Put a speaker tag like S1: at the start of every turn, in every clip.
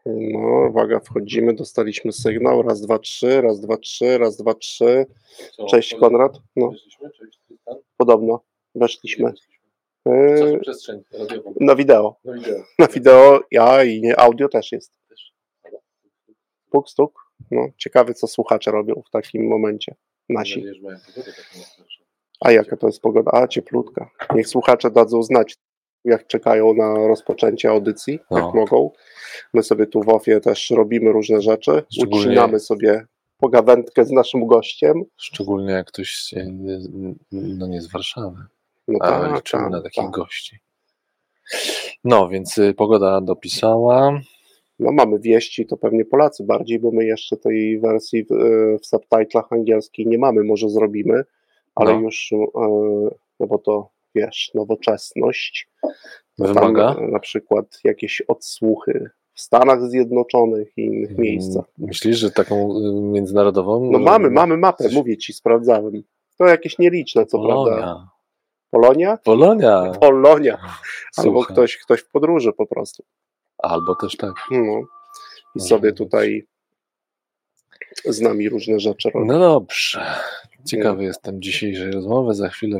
S1: No, uwaga, wchodzimy, dostaliśmy sygnał. Raz, dwa, trzy, raz, dwa, trzy, raz, dwa, trzy. Cześć, Konrad. No,
S2: Cześć, Tristan.
S1: podobno weszliśmy.
S2: Przestrzeń radiową.
S1: Na wideo.
S2: Na wideo.
S1: Na wideo, ja i nie, audio też jest. Puk, stuk. No, ciekawe, co słuchacze robią w takim momencie. Nasi.
S2: Mam nadzieję, że mają pogodę taką jak nasza.
S1: A jaka to jest pogoda? A, cieplutka. Niech słuchacze dadzą znać, jak czekają na rozpoczęcie audycji, jak mogą. My sobie tu w OFIE też robimy różne rzeczy. Ucinamy sobie pogawędkę z naszym gościem.
S2: Szczególnie jak ktoś nie z Warszawy.
S1: No
S2: ale liczymy na takich gości. No, więc pogoda dopisała.
S1: No mamy wieści, to pewnie Polacy bardziej, bo my jeszcze tej wersji w subtitlach angielskiej nie mamy, może zrobimy, ale już, no bo to wiesz, nowoczesność
S2: wymaga.
S1: Tam, na przykład jakieś odsłuchy w Stanach Zjednoczonych i innych miejscach.
S2: Myślisz, że taką międzynarodową?
S1: No mamy mapę, mówię ci, sprawdzałem. To jakieś nieliczne, co prawda. Polonia? Polonia. Albo ktoś w podróży po prostu.
S2: Albo też tak.
S1: No. I sobie tutaj z nami różne rzeczy robi.
S2: No dobrze. Ciekawy jestem dzisiejszej rozmowy. Za chwilę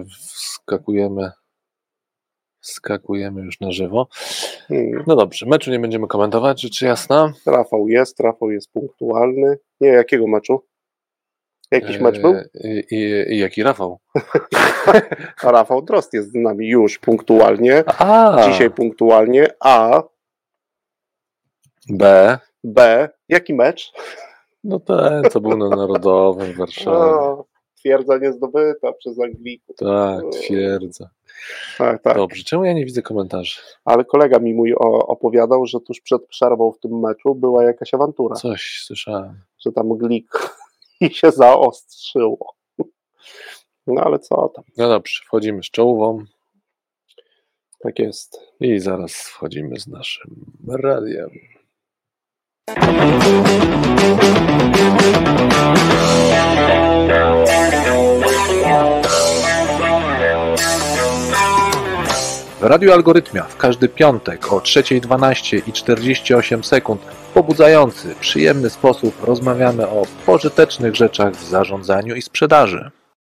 S2: wskakujemy już na żywo. No dobrze, meczu nie będziemy komentować, rzecz jasna.
S1: Rafał jest punktualny. Nie, jakiego meczu? Jakiś mecz był?
S2: I jaki Rafał?
S1: A Rafał Drozd jest z nami już punktualnie. Dzisiaj punktualnie. A B. Jaki mecz?
S2: No ten, co był na Narodowym w Warszawie.
S1: Twierdza niezdobyta przez Anglików.
S2: Tak, twierdza.
S1: Tak.
S2: Dobrze, czemu ja nie widzę komentarzy?
S1: Ale kolega mi mój opowiadał, że tuż przed przerwą w tym meczu była jakaś awantura.
S2: Coś słyszałem.
S1: Że tam Glik i się zaostrzyło. No ale co tam?
S2: No dobrze, wchodzimy z czołową.
S1: Tak jest.
S2: I zaraz wchodzimy z naszym radiem. W Radiu Algorytmia w każdy piątek o 3:12 i 48 sekund w pobudzający, przyjemny sposób rozmawiamy o pożytecznych rzeczach w zarządzaniu i sprzedaży.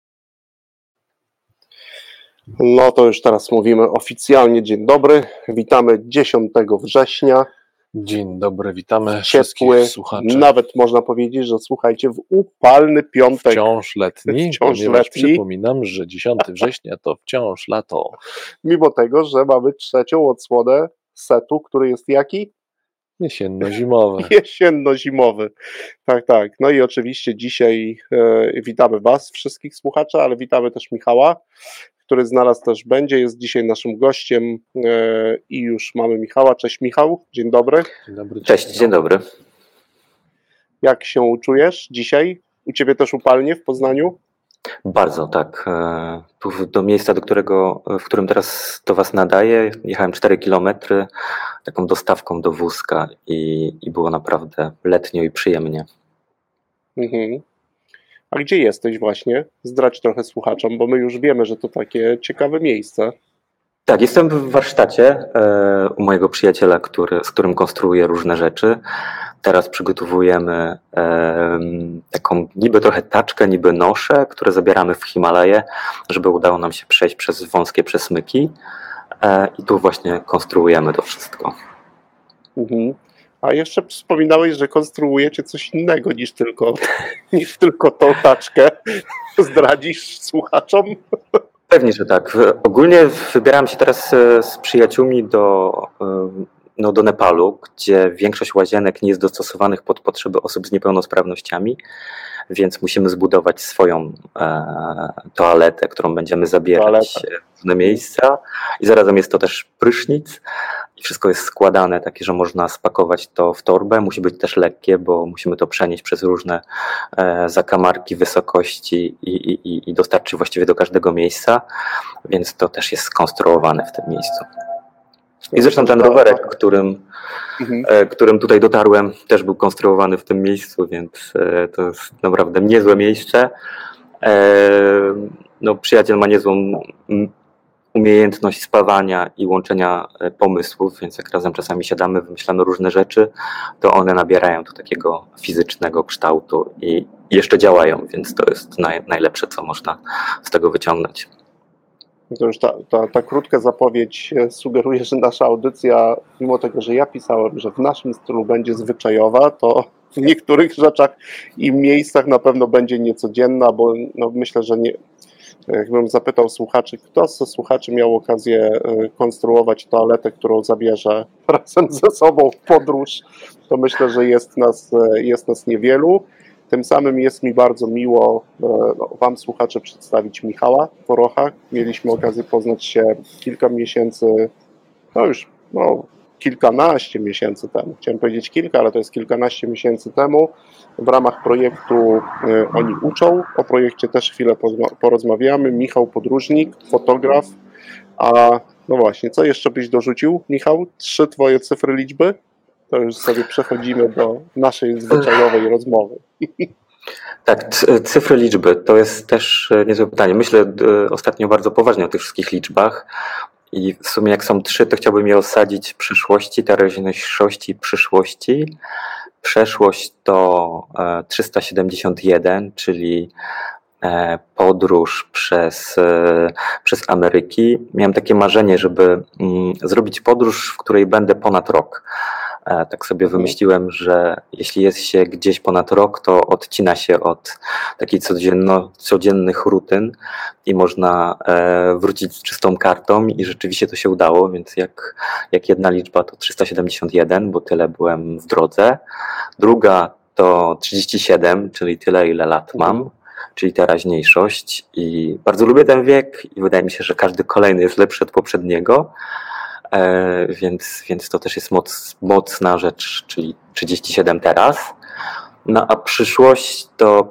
S1: No to już teraz mówimy oficjalnie. Dzień dobry, witamy 10 września.
S2: Dzień dobry, witamy
S1: wszystkich
S2: słuchaczy.
S1: Nawet można powiedzieć, że słuchajcie, w upalny piątek.
S2: Wciąż letni, ponieważ przypominam, że 10 września to wciąż lato.
S1: Mimo tego, że mamy trzecią odsłonę setu, który jest jaki?
S2: Jesienno-zimowy.
S1: Jesienno-zimowy. Tak. No i oczywiście dzisiaj witamy Was, wszystkich słuchaczy, ale witamy też Michała, który znalazł też jest dzisiaj naszym gościem i już mamy Michała. Cześć Michał, dzień dobry.
S2: Dzień dobry.
S3: Cześć, dzień dobry.
S1: Jak się czujesz dzisiaj? U Ciebie też upalnie w Poznaniu?
S3: Bardzo, tak. Tu do miejsca, w którym teraz do Was nadaję, jechałem 4 kilometry taką dostawką do wózka i było naprawdę letnio i przyjemnie.
S1: A gdzie jesteś właśnie? Zdradź trochę słuchaczom, bo my już wiemy, że to takie ciekawe miejsce.
S3: Tak, jestem w warsztacie u mojego przyjaciela, z którym konstruuję różne rzeczy. Teraz przygotowujemy taką niby trochę taczkę, niby noszę, które zabieramy w Himalaje, żeby udało nam się przejść przez wąskie przesmyki. I tu właśnie konstruujemy to wszystko.
S1: A jeszcze wspominałeś, że konstruujecie coś innego niż tylko tą taczkę. Zdradzisz słuchaczom?
S3: Pewnie, że tak. Ogólnie wybieram się teraz z przyjaciółmi do Nepalu, gdzie większość łazienek nie jest dostosowanych pod potrzeby osób z niepełnosprawnościami, więc musimy zbudować swoją toaletę, którą będziemy zabierać w różne miejsca i zarazem jest to też prysznic i wszystko jest składane takie, że można spakować to w torbę, musi być też lekkie, bo musimy to przenieść przez różne zakamarki, wysokości i dostarczyć właściwie do każdego miejsca, więc to też jest skonstruowane w tym miejscu. I zresztą ten rowerek, którym tutaj dotarłem, też był konstruowany w tym miejscu, więc to jest naprawdę niezłe miejsce. No, przyjaciel ma niezłą umiejętność spawania i łączenia pomysłów, więc jak razem czasami siadamy, wymyślamy różne rzeczy, to one nabierają do takiego fizycznego kształtu i jeszcze działają, więc to jest najlepsze, co można z tego wyciągnąć.
S1: To już ta krótka zapowiedź sugeruje, że nasza audycja, mimo tego, że ja pisałem, że w naszym stylu będzie zwyczajowa, to w niektórych rzeczach i miejscach na pewno będzie niecodzienna, bo no myślę, że nie. Jakbym zapytał słuchaczy, kto ze słuchaczy miał okazję konstruować toaletę, którą zabierze razem ze sobą w podróż, to myślę, że jest nas niewielu. Tym samym jest mi bardzo miło Wam, słuchacze, przedstawić Michała Porocha. Mieliśmy okazję poznać się kilka miesięcy, kilkanaście miesięcy temu. Chciałem powiedzieć kilka, ale to jest kilkanaście miesięcy temu. W ramach projektu Oni uczą. O projekcie też chwilę porozmawiamy. Michał podróżnik, fotograf. A no właśnie, co jeszcze byś dorzucił, Michał? 3 Twoje cyfry liczby? To już sobie przechodzimy do naszej zwyczajowej rozmowy.
S3: Tak, cyfry liczby to jest też niezłe pytanie. Myślę ostatnio bardzo poważnie o tych wszystkich liczbach i w sumie jak są 3, to chciałbym je osadzić w przeszłości, teraźniejszości i przyszłości. Przeszłość to 371, czyli podróż przez Ameryki. Miałem takie marzenie, żeby zrobić podróż, w której będę ponad rok. Tak sobie wymyśliłem, że jeśli jest się gdzieś ponad rok, to odcina się od takich codziennych rutyn i można wrócić z czystą kartą i rzeczywiście to się udało, więc jak jedna liczba to 371, bo tyle byłem w drodze. Druga to 37, czyli tyle ile lat mam, czyli teraźniejszość i bardzo lubię ten wiek i wydaje mi się, że każdy kolejny jest lepszy od poprzedniego. Więc to też jest mocna rzecz, czyli 37 teraz. No a przyszłość to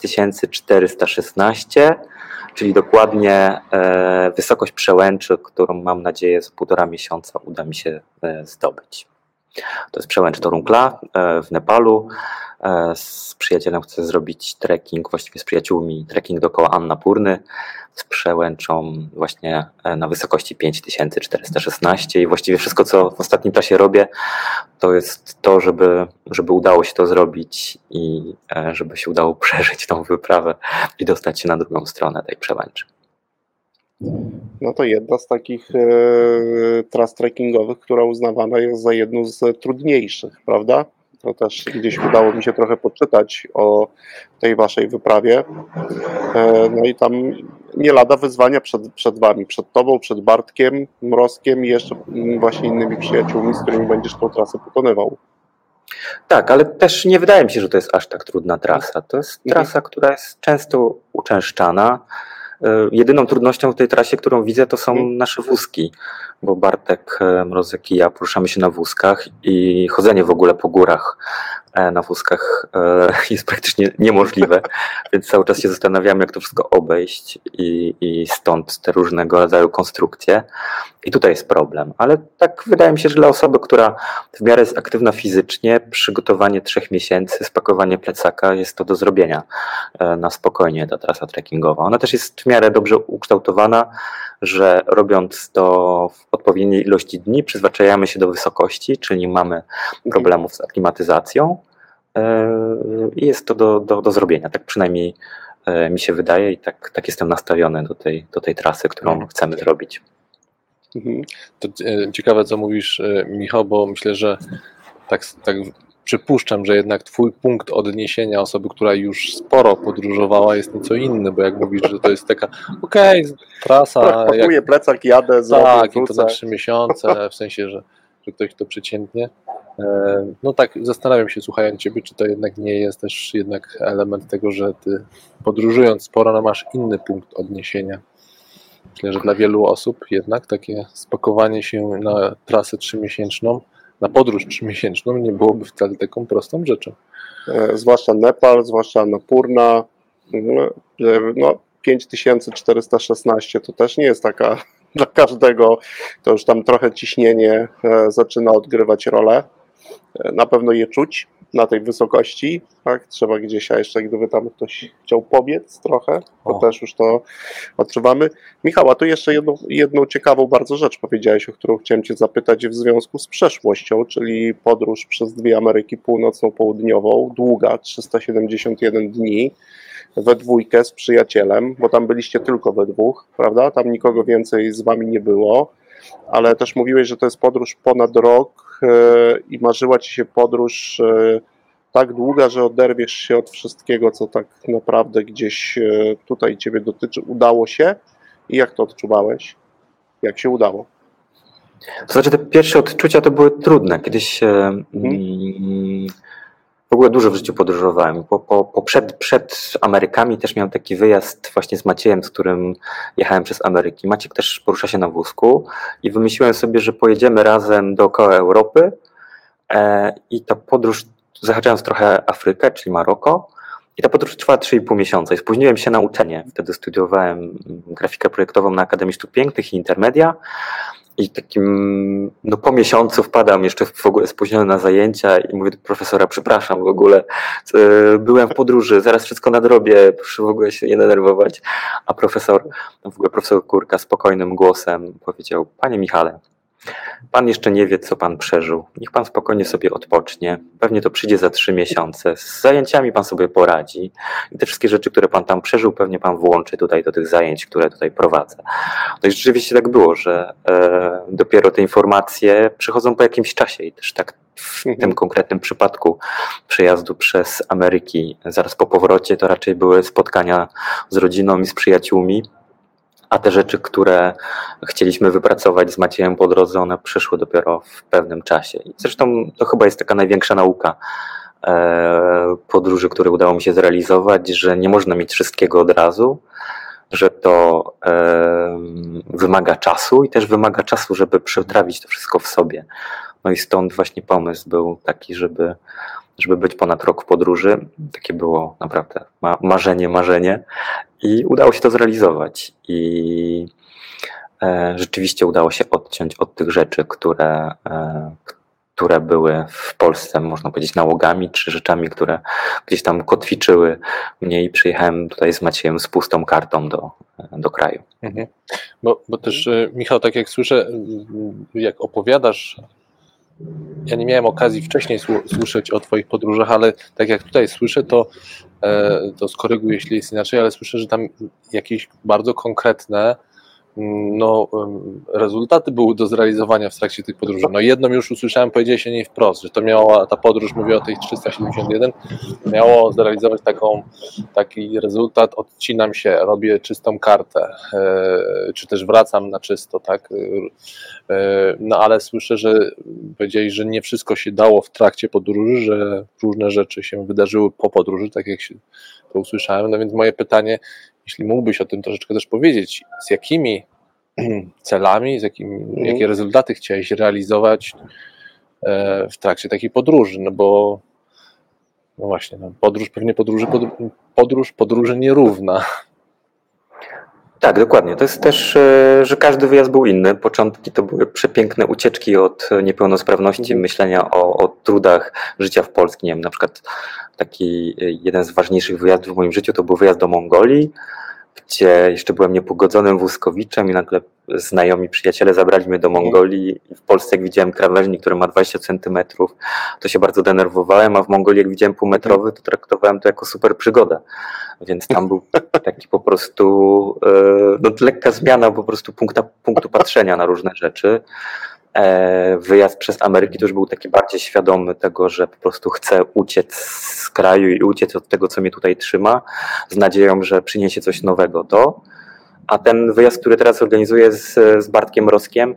S3: 5416, czyli dokładnie wysokość przełęczy, którą mam nadzieję za 1,5 miesiąca uda mi się zdobyć. To jest przełęcz Torunkla w Nepalu. Z przyjacielem chcę zrobić trekking, właściwie z przyjaciółmi, trekking dookoła Annapurny z przełęczą właśnie na wysokości 5416 i właściwie wszystko, co w ostatnim czasie robię, to jest to, żeby udało się to zrobić i żeby się udało przeżyć tą wyprawę i dostać się na drugą stronę tej przełęczy.
S1: No to jedna z takich tras trekkingowych, która uznawana jest za jedną z trudniejszych, prawda? To też gdzieś udało mi się trochę poczytać o tej waszej wyprawie. No i tam nie lada wyzwania przed wami, przed tobą, przed Bartkiem Mrozkiem i jeszcze właśnie innymi przyjaciółmi, z którymi będziesz tą trasę pokonywał.
S3: Tak, ale też nie wydaje mi się, że to jest aż tak trudna trasa. To jest trasa, która jest często uczęszczana. Jedyną trudnością w tej trasie, którą widzę, to są nasze wózki, bo Bartek, Mrozek i ja poruszamy się na wózkach i chodzenie w ogóle po górach na wózkach jest praktycznie niemożliwe, więc cały czas się zastanawiamy, jak to wszystko obejść i stąd te różnego rodzaju konstrukcje. I tutaj jest problem, ale tak wydaje mi się, że dla osoby, która w miarę jest aktywna fizycznie, przygotowanie 3 miesięcy, spakowanie plecaka jest to do zrobienia na spokojnie, ta trasa trekkingowa. Ona też jest w miarę dobrze ukształtowana, że robiąc to w odpowiedniej ilości dni przyzwyczajamy się do wysokości, czyli nie mamy problemów z aklimatyzacją i jest to do zrobienia. Tak przynajmniej mi się wydaje i tak jestem nastawiony do tej trasy, którą chcemy zrobić.
S2: To ciekawe, co mówisz, Michał, bo myślę, że tak przypuszczam, że jednak twój punkt odniesienia osoby, która już sporo podróżowała, jest nieco inny, bo jak mówisz, że to jest taka trasa...
S1: Pakuję plecak, jadę,
S2: tak, i to na 3 miesiące, w sensie, że ktoś to przeciętnie. No tak, zastanawiam się, słuchając ciebie, czy to jednak nie jest też jednak element tego, że ty podróżując sporo masz inny punkt odniesienia. Myślę, że dla wielu osób jednak takie spakowanie się na trasę 3-miesięczną, na podróż 3-miesięczną nie byłoby wcale taką prostą rzeczą.
S1: Zwłaszcza Nepal, zwłaszcza Annapurna, 5416 to też nie jest taka dla każdego, to już tam trochę ciśnienie zaczyna odgrywać rolę. Na pewno je czuć, na tej wysokości, tak? Trzeba gdzieś, a jeszcze gdyby tam ktoś chciał pobiec trochę, to też już to odczuwamy. Michał, a tu jeszcze jedną ciekawą bardzo rzecz powiedziałeś, o którą chciałem Cię zapytać w związku z przeszłością, czyli podróż przez dwie Ameryki Północno-Południową, długa, 371 dni, we dwójkę z przyjacielem, bo tam byliście tylko we dwóch, prawda? Tam nikogo więcej z Wami nie było, ale też mówiłeś, że to jest podróż ponad rok i marzyła Ci się podróż tak długa, że oderwiesz się od wszystkiego, co tak naprawdę gdzieś tutaj Ciebie dotyczy. Udało się? I jak to odczuwałeś? Jak się udało?
S3: To znaczy te pierwsze odczucia to były trudne. Kiedyś w ogóle dużo w życiu podróżowałem. Przed Amerykami też miałem taki wyjazd właśnie z Maciejem, z którym jechałem przez Ameryki. Maciek też porusza się na wózku i wymyśliłem sobie, że pojedziemy razem dookoła Europy i ta podróż, zahaczając trochę Afrykę, czyli Maroko, i ta podróż trwała 3,5 miesiąca i spóźniłem się na uczenie. Wtedy studiowałem grafikę projektową na Akademii Sztuk Pięknych i Intermedia. I takim, po miesiącu wpadam jeszcze w ogóle spóźniony na zajęcia i mówię do profesora, przepraszam w ogóle, byłem w podróży, zaraz wszystko nadrobię, proszę w ogóle się nie denerwować. A profesor Kurka spokojnym głosem powiedział, panie Michale, pan jeszcze nie wie, co pan przeżył. Niech pan spokojnie sobie odpocznie. Pewnie to przyjdzie za 3 miesiące. Z zajęciami pan sobie poradzi. I te wszystkie rzeczy, które pan tam przeżył, pewnie pan włączy tutaj do tych zajęć, które tutaj prowadzę. No i rzeczywiście tak było, że dopiero te informacje przychodzą po jakimś czasie. I też tak w tym konkretnym przypadku przejazdu przez Ameryki, zaraz po powrocie, to raczej były spotkania z rodziną i z przyjaciółmi. A te rzeczy, które chcieliśmy wypracować z Maciejem po drodze, one przyszły dopiero w pewnym czasie. I zresztą to chyba jest taka największa nauka podróży, które udało mi się zrealizować, że nie można mieć wszystkiego od razu, że to wymaga czasu i też wymaga czasu, żeby przetrawić to wszystko w sobie. No i stąd właśnie pomysł był taki, żeby być ponad rok w podróży. Takie było naprawdę marzenie i udało się to zrealizować. I rzeczywiście udało się odciąć od tych rzeczy, które były w Polsce, można powiedzieć, nałogami, czy rzeczami, które gdzieś tam kotwiczyły mnie i przyjechałem tutaj z Maciejem z pustą kartą do kraju.
S2: Bo też, Michał, tak jak słyszę, jak opowiadasz, ja nie miałem okazji wcześniej słyszeć o Twoich podróżach, ale tak jak tutaj słyszę, to skoryguję, jeśli jest inaczej, ale słyszę, że tam jakieś bardzo konkretne rezultaty były do zrealizowania w trakcie tych podróży. Jedną już usłyszałem, powiedziałeś o niej wprost, że to miała, ta podróż, mówię o tych 371, miało zrealizować taki rezultat, odcinam się, robię czystą kartę, czy też wracam na czysto, tak? Ale słyszę, że powiedziałeś, że nie wszystko się dało w trakcie podróży, że różne rzeczy się wydarzyły po podróży, tak jak się to usłyszałem. No więc moje pytanie, jeśli mógłbyś o tym troszeczkę też powiedzieć, z jakimi celami, jakie rezultaty chciałeś realizować w trakcie takiej podróży, bo właśnie, podróż pewnie podróży nierówna.
S3: Tak, dokładnie. To jest też, że każdy wyjazd był inny. Początki to były przepiękne ucieczki od niepełnosprawności, myślenia o trudach życia w Polsce. Nie wiem, na przykład taki jeden z ważniejszych wyjazdów w moim życiu to był wyjazd do Mongolii, gdzie jeszcze byłem niepogodzonym wózkowiczem i nagle znajomi przyjaciele zabrali mnie do Mongolii i w Polsce jak widziałem krawężnik, który ma 20 centymetrów, to się bardzo denerwowałem, a w Mongolii jak widziałem półmetrowy, to traktowałem to jako super przygodę, więc tam był taki po prostu lekka zmiana po prostu punktu patrzenia na różne rzeczy. Wyjazd przez Ameryki to już był taki bardziej świadomy tego, że po prostu chcę uciec z kraju i uciec od tego, co mnie tutaj trzyma, z nadzieją, że przyniesie coś nowego to. A ten wyjazd, który teraz organizuję z Bartkiem Roskiem,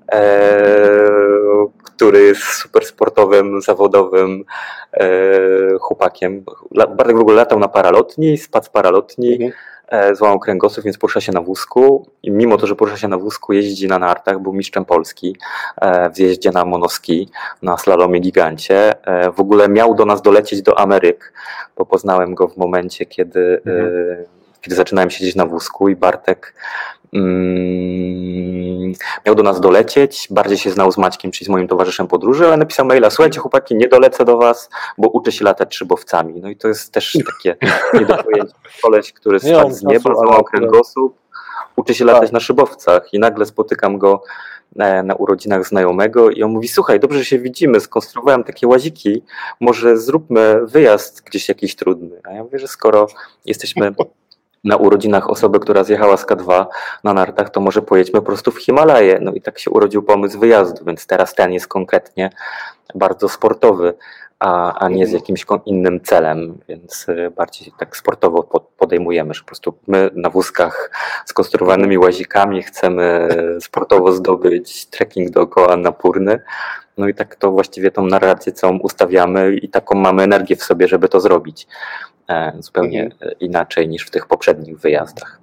S3: który jest super sportowym, zawodowym chłopakiem. Bartek w ogóle latał na paralotni, spadł z paralotni, złamał kręgosłup, więc porusza się na wózku i mimo to, że porusza się na wózku, jeździ na nartach, był mistrzem Polski w zjeździe na monoski, na slalomie gigancie. W ogóle miał do nas dolecieć do Ameryk, bo poznałem go w momencie, kiedy zaczynałem siedzieć na wózku i Bartek miał do nas dolecieć, bardziej się znał z Maćkiem, czyli z moim towarzyszem podróży, ale napisał maila: słuchajcie chłopaki, nie dolecę do was, bo uczę się latać szybowcami. No i to jest też takie nie do pojęcia. Koleś, który spadł z nieba, złamał kręgosłup, uczy się latać na szybowcach i nagle spotykam go na urodzinach znajomego i on mówi: słuchaj, dobrze, że się widzimy, skonstruowałem takie łaziki, może zróbmy wyjazd gdzieś jakiś trudny. A ja mówię, że skoro jesteśmy na urodzinach osoby, która zjechała z K2 na nartach, to może pojedźmy po prostu w Himalaje. No i tak się urodził pomysł wyjazdu, więc teraz ten jest konkretnie bardzo sportowy, a nie z jakimś innym celem, więc bardziej tak sportowo podejmujemy, że po prostu my na wózkach z konstruowanymi łazikami chcemy sportowo zdobyć trekking dookoła Annapurny. No i tak to właściwie tą narrację całą ustawiamy i taką mamy energię w sobie, żeby to zrobić. Zupełnie inaczej niż w tych poprzednich wyjazdach.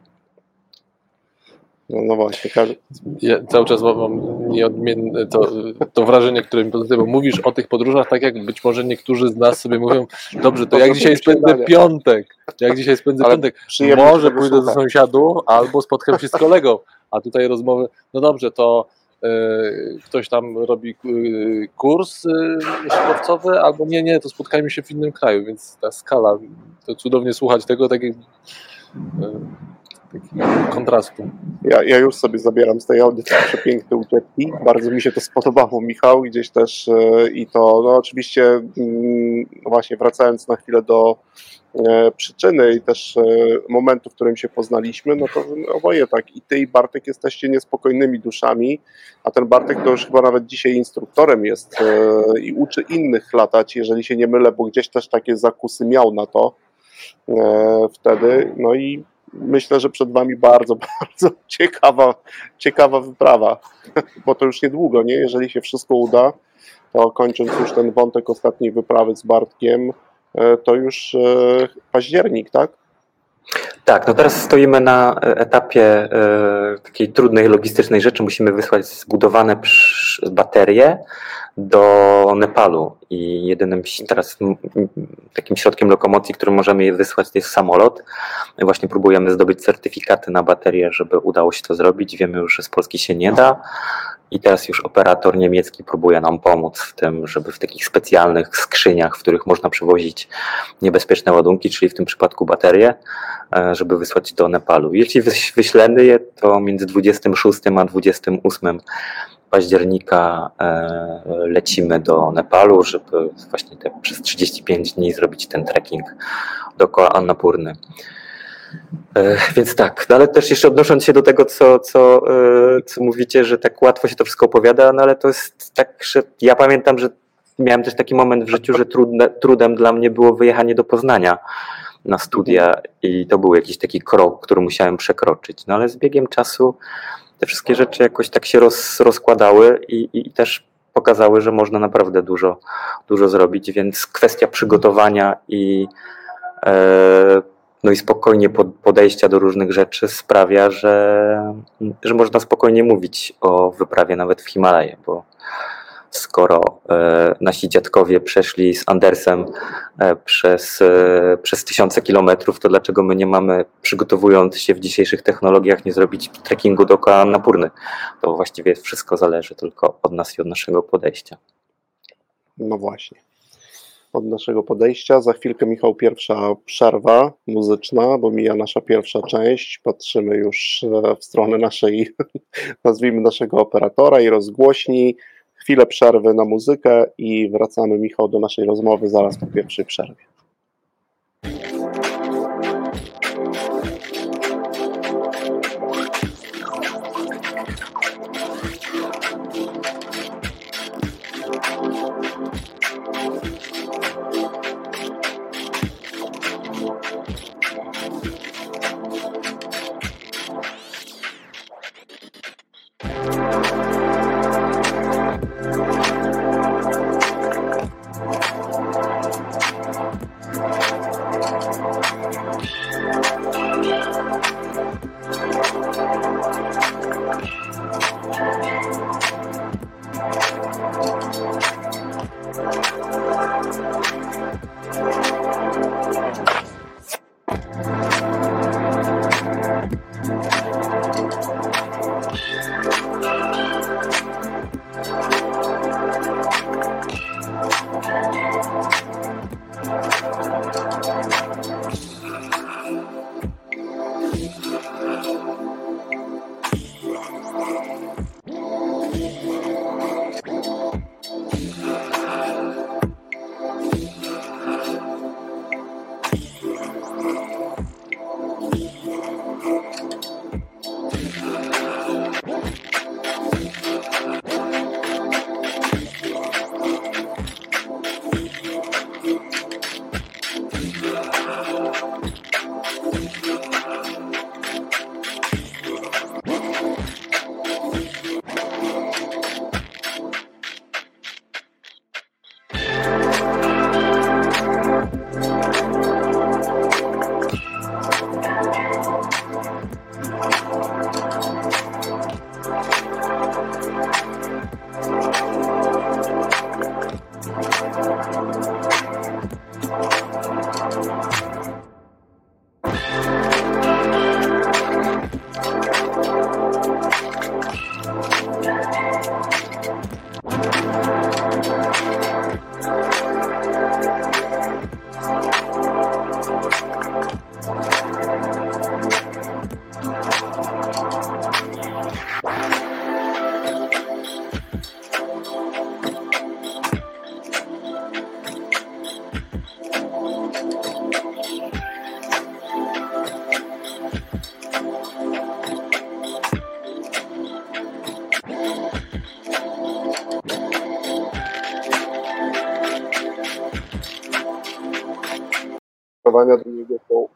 S1: No właśnie.
S2: Ja cały czas mam nieodmienne to wrażenie, które mi pozostaje, bo mówisz o tych podróżach tak, jak być może niektórzy z nas sobie mówią: dobrze, to jak dzisiaj spędzę piątek? Może pójdę do sąsiadu albo spotkam się z kolegą, a tutaj rozmowy, no dobrze, to ktoś tam robi kurs szybowcowy, albo nie, to spotkajmy się w innym kraju, więc ta skala, to cudownie słuchać tego, takiego kontrastu.
S1: Ja już sobie zabieram z tej audycji przepiękne ucieczki. Bardzo mi się to spodobało, Michał, gdzieś też i to, no oczywiście właśnie wracając na chwilę do przyczyny i też momentu, w którym się poznaliśmy, no to oboje tak, i ty i Bartek jesteście niespokojnymi duszami, a ten Bartek to już chyba nawet dzisiaj instruktorem jest i uczy innych latać, jeżeli się nie mylę, bo gdzieś też takie zakusy miał na to wtedy, no i myślę, że przed wami bardzo, bardzo ciekawa wyprawa, bo to już niedługo, nie? Jeżeli się wszystko uda, to kończąc już ten wątek ostatniej wyprawy z Bartkiem, to już październik, tak?
S3: Tak, no teraz stoimy na etapie takiej trudnej logistycznej rzeczy. Musimy wysłać zbudowane baterie do Nepalu i jedynym teraz takim środkiem lokomocji, którym możemy je wysłać, to jest samolot. Właśnie próbujemy zdobyć certyfikaty na baterie, żeby udało się to zrobić. Wiemy już, że z Polski się nie da. I teraz już operator niemiecki próbuje nam pomóc w tym, żeby w takich specjalnych skrzyniach, w których można przewozić niebezpieczne ładunki, czyli w tym przypadku baterie, żeby wysłać do Nepalu. Jeśli wyślemy je, to między 26 a 28 października lecimy do Nepalu, żeby właśnie przez 35 dni zrobić ten trekking dookoła Annapurny. Więc tak, no ale też jeszcze odnosząc się do tego, co mówicie, że tak łatwo się to wszystko opowiada, no ale to jest tak, że ja pamiętam, że miałem też taki moment w życiu, że trudem dla mnie było wyjechanie do Poznania na studia i to był jakiś taki krok, który musiałem przekroczyć. No ale z biegiem czasu te wszystkie rzeczy jakoś tak się rozkładały i też pokazały, że można naprawdę dużo zrobić, więc kwestia przygotowania no i spokojnie podejścia do różnych rzeczy sprawia, że można spokojnie mówić o wyprawie nawet w Himalaje, bo skoro nasi dziadkowie przeszli z Andersem przez tysiące kilometrów, to dlaczego my nie mamy, przygotowując się w dzisiejszych technologiach, nie zrobić trekkingu dookoła Annapurny? To właściwie wszystko zależy tylko od nas i od naszego podejścia.
S1: No właśnie. Od naszego podejścia. Za chwilkę, Michał, pierwsza przerwa muzyczna, bo mija nasza pierwsza część. Patrzymy już w stronę naszej, nazwijmy naszego operatora i rozgłośni. Chwilę przerwy na muzykę i wracamy, Michał, do naszej rozmowy zaraz po pierwszej przerwie. przygotowania do niego są...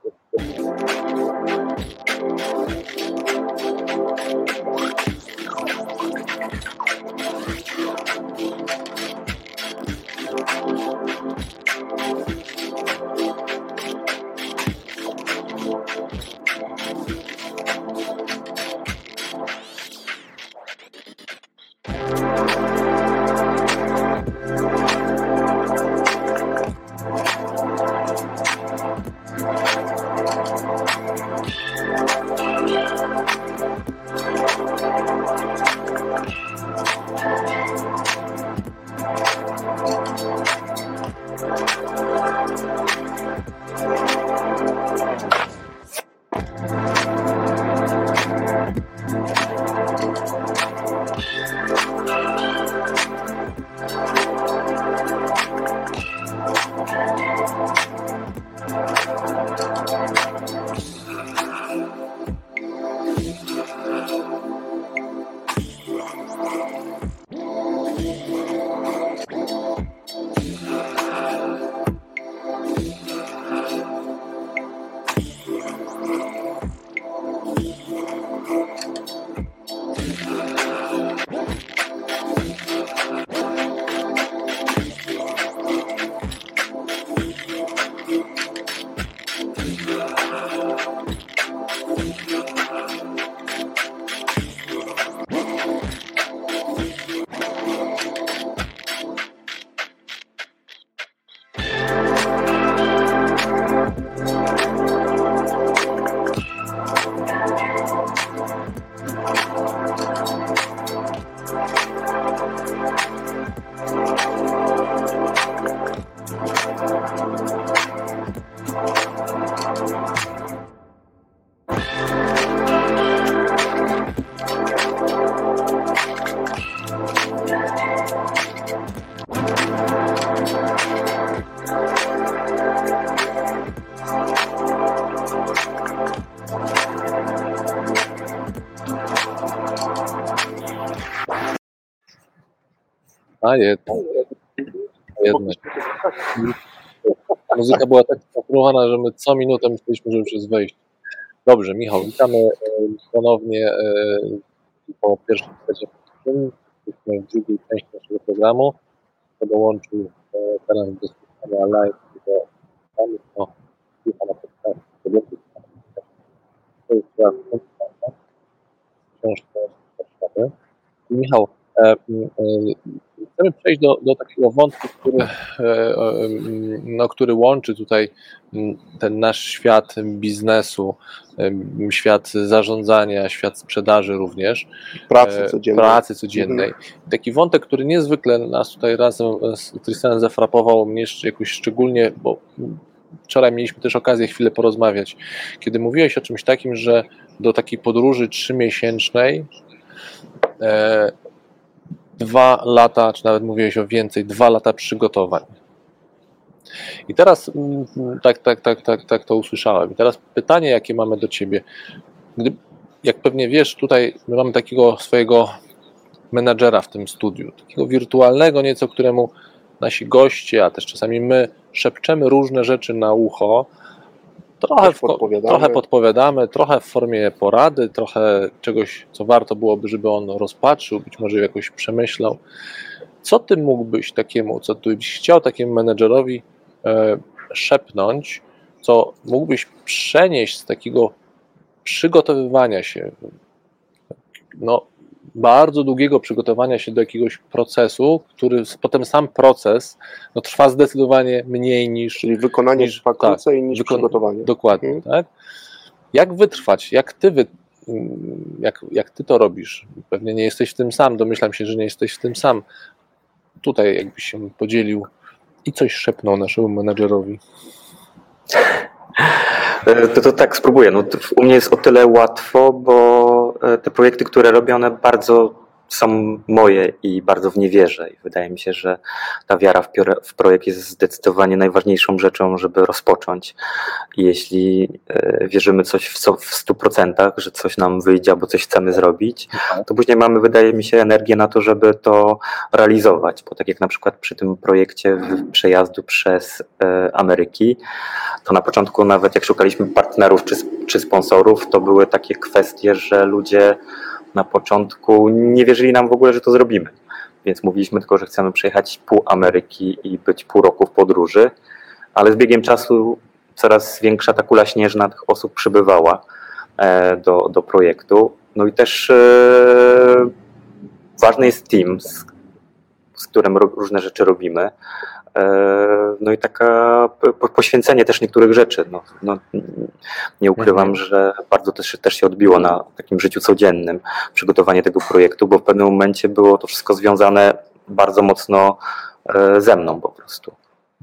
S2: A jednak. Muzyka była tak skonstruowana, że my co minutę myśleliśmy, że już jest wejście. Dobrze, Michał, witamy ponownie po pierwszym secie. Jesteśmy w drugiej części naszego programu. Kto dołączył teraz do słuchania live, do słucha na podcaście. To jest teraz książka warsztaty. Michał, chcemy przejść do takiego wątku, który łączy tutaj ten nasz świat biznesu, świat zarządzania, świat sprzedaży również, pracy codziennej. Taki wątek, który niezwykle nas tutaj razem z Tristanem zafrapował, mnie jakoś szczególnie, bo wczoraj mieliśmy też okazję chwilę porozmawiać, kiedy mówiłeś o czymś takim, że do takiej podróży 3-miesięcznej 2 lata, czy nawet mówiłeś o więcej, 2 lata przygotowań. I teraz tak to usłyszałem. I teraz pytanie, jakie mamy do Ciebie. Jak pewnie wiesz, tutaj my mamy takiego swojego menadżera w tym studiu, takiego wirtualnego nieco, któremu nasi goście, a też czasami my szepczemy różne rzeczy na ucho, trochę podpowiadamy, trochę w formie porady, trochę czegoś, co warto byłoby, żeby on rozpatrzył, być może jakoś przemyślał. Co ty mógłbyś takiemu, co ty byś chciał takiemu menedżerowi szepnąć, co mógłbyś przenieść z takiego przygotowywania się, bardzo długiego przygotowania się do jakiegoś procesu, który potem sam proces trwa zdecydowanie mniej niż...
S1: Czyli wykonanie trwa krócej niż przygotowanie.
S2: Dokładnie, tak? Jak wytrwać? Jak ty to robisz? Pewnie nie jesteś w tym sam, domyślam się, że nie jesteś w tym sam. Tutaj jakbyś się podzielił i coś szepnął naszemu menadżerowi.
S3: To tak spróbuję. U mnie jest o tyle łatwo, bo te projekty, które robię, one bardzo są moje i bardzo w nie wierzę. I wydaje mi się, że ta wiara w projekt jest zdecydowanie najważniejszą rzeczą, żeby rozpocząć. I jeśli wierzymy coś w 100%, że coś nam wyjdzie albo coś chcemy zrobić, to później mamy, wydaje mi się, energię na to, żeby to realizować. Bo tak jak na przykład przy tym projekcie przejazdu przez Ameryki, to na początku nawet jak szukaliśmy partnerów czy sponsorów, to były takie kwestie, że ludzie na początku nie wierzyli nam w ogóle, że to zrobimy. Więc mówiliśmy tylko, że chcemy przejechać pół Ameryki i być pół roku w podróży, ale z biegiem czasu coraz większa ta kula śnieżna tych osób przybywała do projektu. No i też ważny jest team, z którym różne rzeczy robimy. No i taka poświęcenie też niektórych rzeczy. No, nie ukrywam, że bardzo też się odbiło na takim życiu codziennym przygotowanie tego projektu, bo w pewnym momencie było to wszystko związane bardzo mocno ze mną po prostu.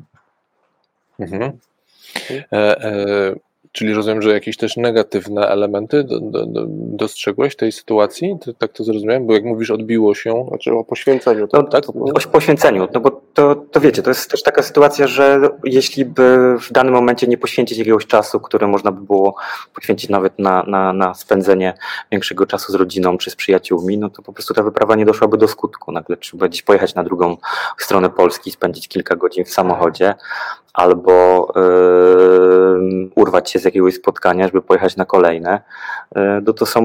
S2: Czyli rozumiem, że jakieś też negatywne elementy dostrzegłeś tej sytuacji? Tak to zrozumiałem? Bo jak mówisz, odbiło się.
S1: Znaczy o poświęceniu.
S3: No, tak, o poświęceniu, no bo to wiecie, to jest też taka sytuacja, że jeśli by w danym momencie nie poświęcić jakiegoś czasu, który można by było poświęcić nawet na spędzenie większego czasu z rodziną czy z przyjaciółmi, no to po prostu ta wyprawa nie doszłaby do skutku. Nagle trzeba gdzieś pojechać na drugą stronę Polski, spędzić kilka godzin w samochodzie, albo urwać się z jakiegoś spotkania, żeby pojechać na kolejne. To są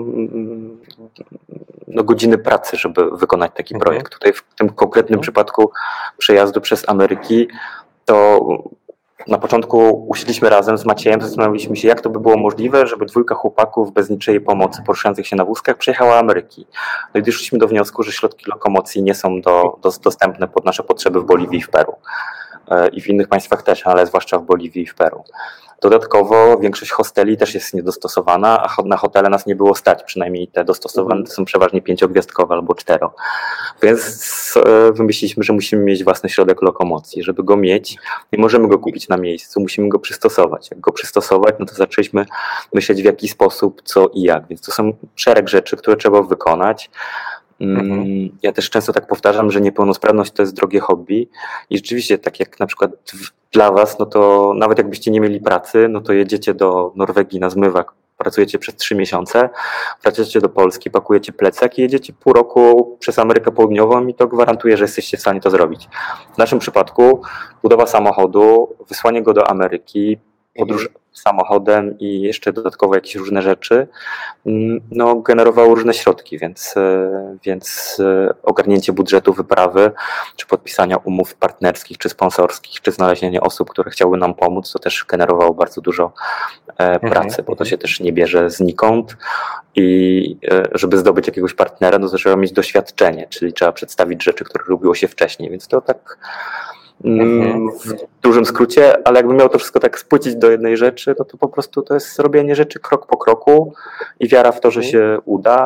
S3: godziny pracy, żeby wykonać taki projekt. Tutaj w tym konkretnym przypadku przejazdu przez Ameryki, to na początku usiedliśmy razem z Maciejem, zastanawialiśmy się, jak to by było możliwe, żeby dwójka chłopaków bez niczyjej pomocy, poruszających się na wózkach, przejechała Ameryki. No i doszliśmy do wniosku, że środki lokomocji nie są dostępne pod nasze potrzeby w Boliwii i w Peru. I w innych państwach też, ale zwłaszcza w Boliwii i w Peru. Dodatkowo większość hosteli też jest niedostosowana, a na hotele nas nie było stać, przynajmniej te dostosowane to są przeważnie 5-gwiazdkowe albo 4. Więc wymyśliliśmy, że musimy mieć własny środek lokomocji. Żeby go mieć, nie możemy go kupić na miejscu, musimy go przystosować. Jak go przystosować, no to zaczęliśmy myśleć w jaki sposób, co i jak. Więc to są szereg rzeczy, które trzeba wykonać. Ja też często tak powtarzam, że niepełnosprawność to jest drogie hobby i rzeczywiście tak jak na przykład dla was, no to nawet jakbyście nie mieli pracy, no to jedziecie do Norwegii na zmywak, pracujecie przez 3 miesiące, wracacie do Polski, pakujecie plecak i jedziecie pół roku przez Amerykę Południową i to gwarantuje, że jesteście w stanie to zrobić. W naszym przypadku budowa samochodu, wysłanie go do Ameryki, podróż samochodem i jeszcze dodatkowo jakieś różne rzeczy, no generowało różne środki, więc ogarnięcie budżetu wyprawy, czy podpisania umów partnerskich, czy sponsorskich, czy znalezienie osób, które chciały nam pomóc, to też generowało bardzo dużo pracy, bo to się też nie bierze znikąd i żeby zdobyć jakiegoś partnera, no to trzeba mieć doświadczenie, czyli trzeba przedstawić rzeczy, które robiło się wcześniej, więc to tak w dużym skrócie, ale jakbym miał to wszystko tak spłycić do jednej rzeczy, no to po prostu to jest robienie rzeczy krok po kroku i wiara w to, że się uda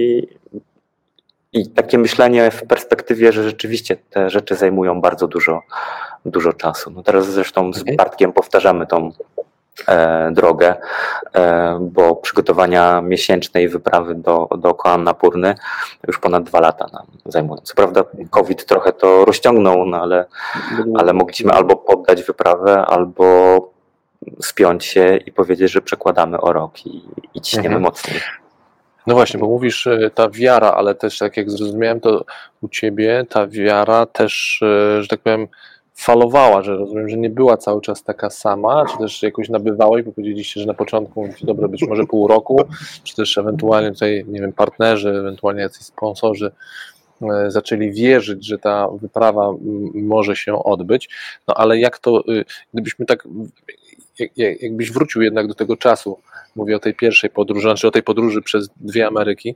S3: i takie myślenie w perspektywie, że rzeczywiście te rzeczy zajmują bardzo dużo czasu. No teraz zresztą z Bartkiem powtarzamy tą drogę, bo przygotowania miesięcznej wyprawy dookoła Annapurny już ponad 2 lata nam zajmują. Co prawda COVID trochę to rozciągnął, no ale mogliśmy albo poddać wyprawę, albo spiąć się i powiedzieć, że przekładamy o rok i ciśniemy mocniej.
S2: No właśnie, bo mówisz ta wiara, ale też tak jak zrozumiałem, to u ciebie ta wiara też, że tak powiem, falowała, że rozumiem, że nie była cały czas taka sama, czy też jakoś nabywałeś, bo powiedzieliście, że na początku, dobra, być może pół roku, czy też ewentualnie tutaj, nie wiem, partnerzy, ewentualnie jacyś sponsorzy zaczęli wierzyć, że ta wyprawa może się odbyć, no ale jak to, gdybyśmy tak, jakbyś wrócił jednak do tego czasu, mówię o tej pierwszej podróży, znaczy o tej podróży przez 2 Ameryki,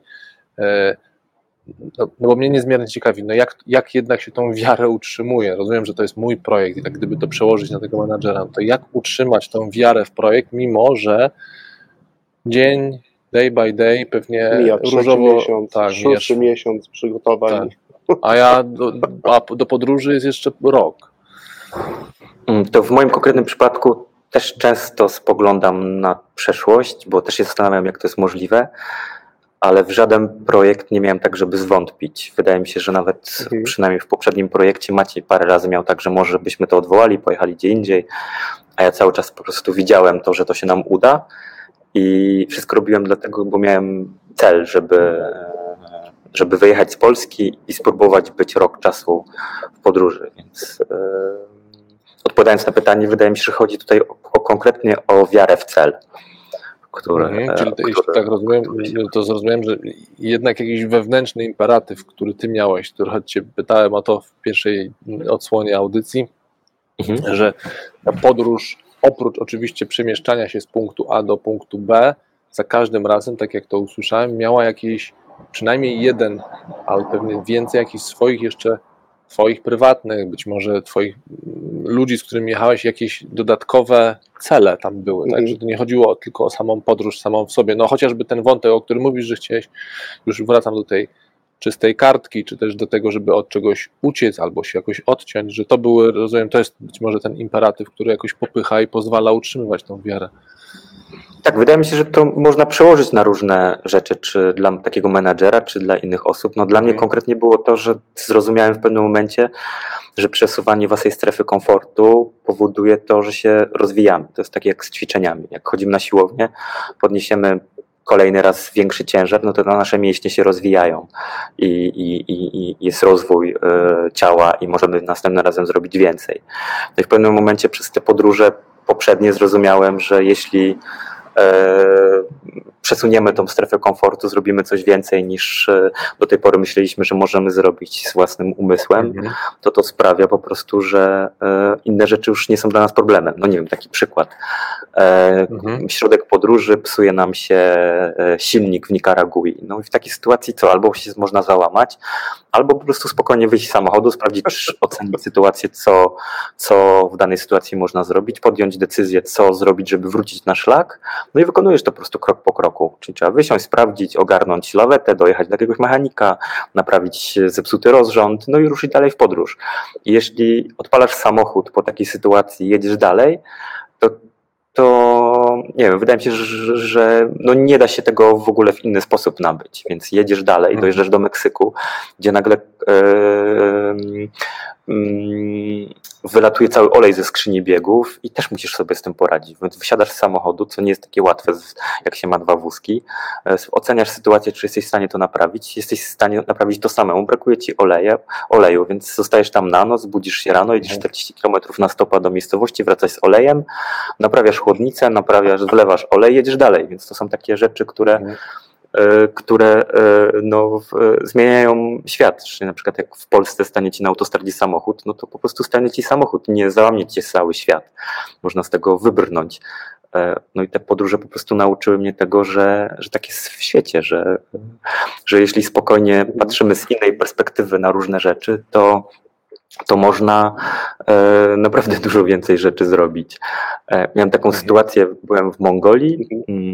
S2: no bo mnie niezmiernie ciekawi, no jak jednak się tą wiarę utrzymuje. Rozumiem, że to jest mój projekt i tak gdyby to przełożyć na tego menadżera, to jak utrzymać tą wiarę w projekt, mimo że dzień, day by day pewnie
S1: mija
S2: różowo...
S1: miesiąc,
S2: tak,
S1: 6 miesiąc przygotowań.
S2: Tak. A do podróży jest jeszcze rok.
S3: To w moim konkretnym przypadku też często spoglądam na przeszłość, bo też się zastanawiam, jak to jest możliwe, ale w żaden projekt nie miałem tak, żeby zwątpić. Wydaje mi się, że nawet przynajmniej w poprzednim projekcie Maciej parę razy miał tak, że może byśmy to odwołali, pojechali gdzie indziej, a ja cały czas po prostu widziałem to, że to się nam uda i wszystko robiłem dlatego, bo miałem cel, żeby wyjechać z Polski i spróbować być rok czasu w podróży, więc odpowiadając na pytanie, wydaje mi się, że chodzi tutaj konkretnie o wiarę w cel.
S2: Jeśli tak rozumiem, to zrozumiałem, że jednak jakiś wewnętrzny imperatyw, który ty miałeś, trochę cię pytałem o to w pierwszej odsłonie audycji, że ta podróż, oprócz oczywiście przemieszczania się z punktu A do punktu B, za każdym razem, tak jak to usłyszałem, miała jakiś przynajmniej jeden, ale pewnie więcej jakichś swoich prywatnych, być może twoich ludzi, z którymi jechałeś, jakieś dodatkowe cele tam były, tak? Że to nie chodziło tylko o samą podróż samą w sobie, no chociażby ten wątek, o którym mówisz, że chciałeś, już wracam do tej czystej kartki, czy też do tego, żeby od czegoś uciec albo się jakoś odciąć, że to były, rozumiem, to jest być może ten imperatyw, który jakoś popycha i pozwala utrzymywać tą wiarę.
S3: Tak, wydaje mi się, że to można przełożyć na różne rzeczy, czy dla takiego menadżera, czy dla innych osób. No dla mnie konkretnie było to, że zrozumiałem w pewnym momencie, że przesuwanie własnej strefy komfortu powoduje to, że się rozwijamy. To jest tak jak z ćwiczeniami. Jak chodzimy na siłownię, podniesiemy kolejny raz większy ciężar, no to nasze mięśnie się rozwijają i jest rozwój ciała i możemy następnym razem zrobić więcej. No i w pewnym momencie przez te podróże poprzednie zrozumiałem, że jeśli przesuniemy tą strefę komfortu, zrobimy coś więcej niż do tej pory myśleliśmy, że możemy zrobić z własnym umysłem, to sprawia po prostu, że inne rzeczy już nie są dla nas problemem. No nie wiem, taki przykład. Środek podróży psuje nam się silnik w Nikaragui. No i w takiej sytuacji co? Albo się można załamać, albo po prostu spokojnie wyjść z samochodu, sprawdzić, ocenić sytuację, co w danej sytuacji można zrobić, podjąć decyzję, co zrobić, żeby wrócić na szlak, no i wykonujesz to po prostu krok po kroku. Czyli trzeba wysiąść, sprawdzić, ogarnąć lawetę, dojechać do jakiegoś mechanika, naprawić zepsuty rozrząd, no i ruszyć dalej w podróż. I jeśli odpalasz samochód po takiej sytuacji i jedziesz dalej, to nie wiem, wydaje mi się, że no nie da się tego w ogóle w inny sposób nabyć, więc jedziesz dalej, dojeżdżasz do Meksyku, gdzie nagle wylatuje cały olej ze skrzyni biegów i też musisz sobie z tym poradzić, więc wysiadasz z samochodu, co nie jest takie łatwe, jak się ma dwa wózki, oceniasz sytuację, czy jesteś w stanie to naprawić, jesteś w stanie naprawić to samemu, brakuje ci oleju, więc zostajesz tam na noc, budzisz się rano, jedziesz 40 km na stopa do miejscowości, wracasz z olejem, naprawiasz chłodnicę, wlewasz olej, jedziesz dalej, więc to są takie rzeczy, które zmieniają świat. Czyli na przykład jak w Polsce stanie ci na autostradzie samochód, no to po prostu stanie ci samochód, nie załamie cię cały świat. Można z tego wybrnąć. No i te podróże po prostu nauczyły mnie tego, że tak jest w świecie, że jeśli spokojnie patrzymy z innej perspektywy na różne rzeczy, to można naprawdę dużo więcej rzeczy zrobić. Miałem taką sytuację, byłem w Mongolii,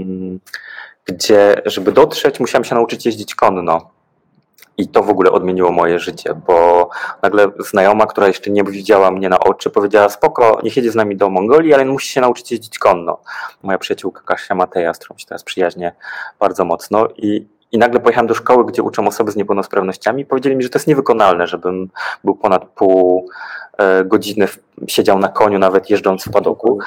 S3: gdzie, żeby dotrzeć, musiałem się nauczyć jeździć konno. I to w ogóle odmieniło moje życie, bo nagle znajoma, która jeszcze nie widziała mnie na oczy, powiedziała: spoko, niech jedzie z nami do Mongolii, ale musi się nauczyć jeździć konno. Moja przyjaciółka Kasia Mateja, z którą się teraz przyjaźnię bardzo mocno. I nagle pojechałem do szkoły, gdzie uczą osoby z niepełnosprawnościami i powiedzieli mi, że to jest niewykonalne, żebym był ponad pół godziny siedział na koniu, nawet jeżdżąc w padoku.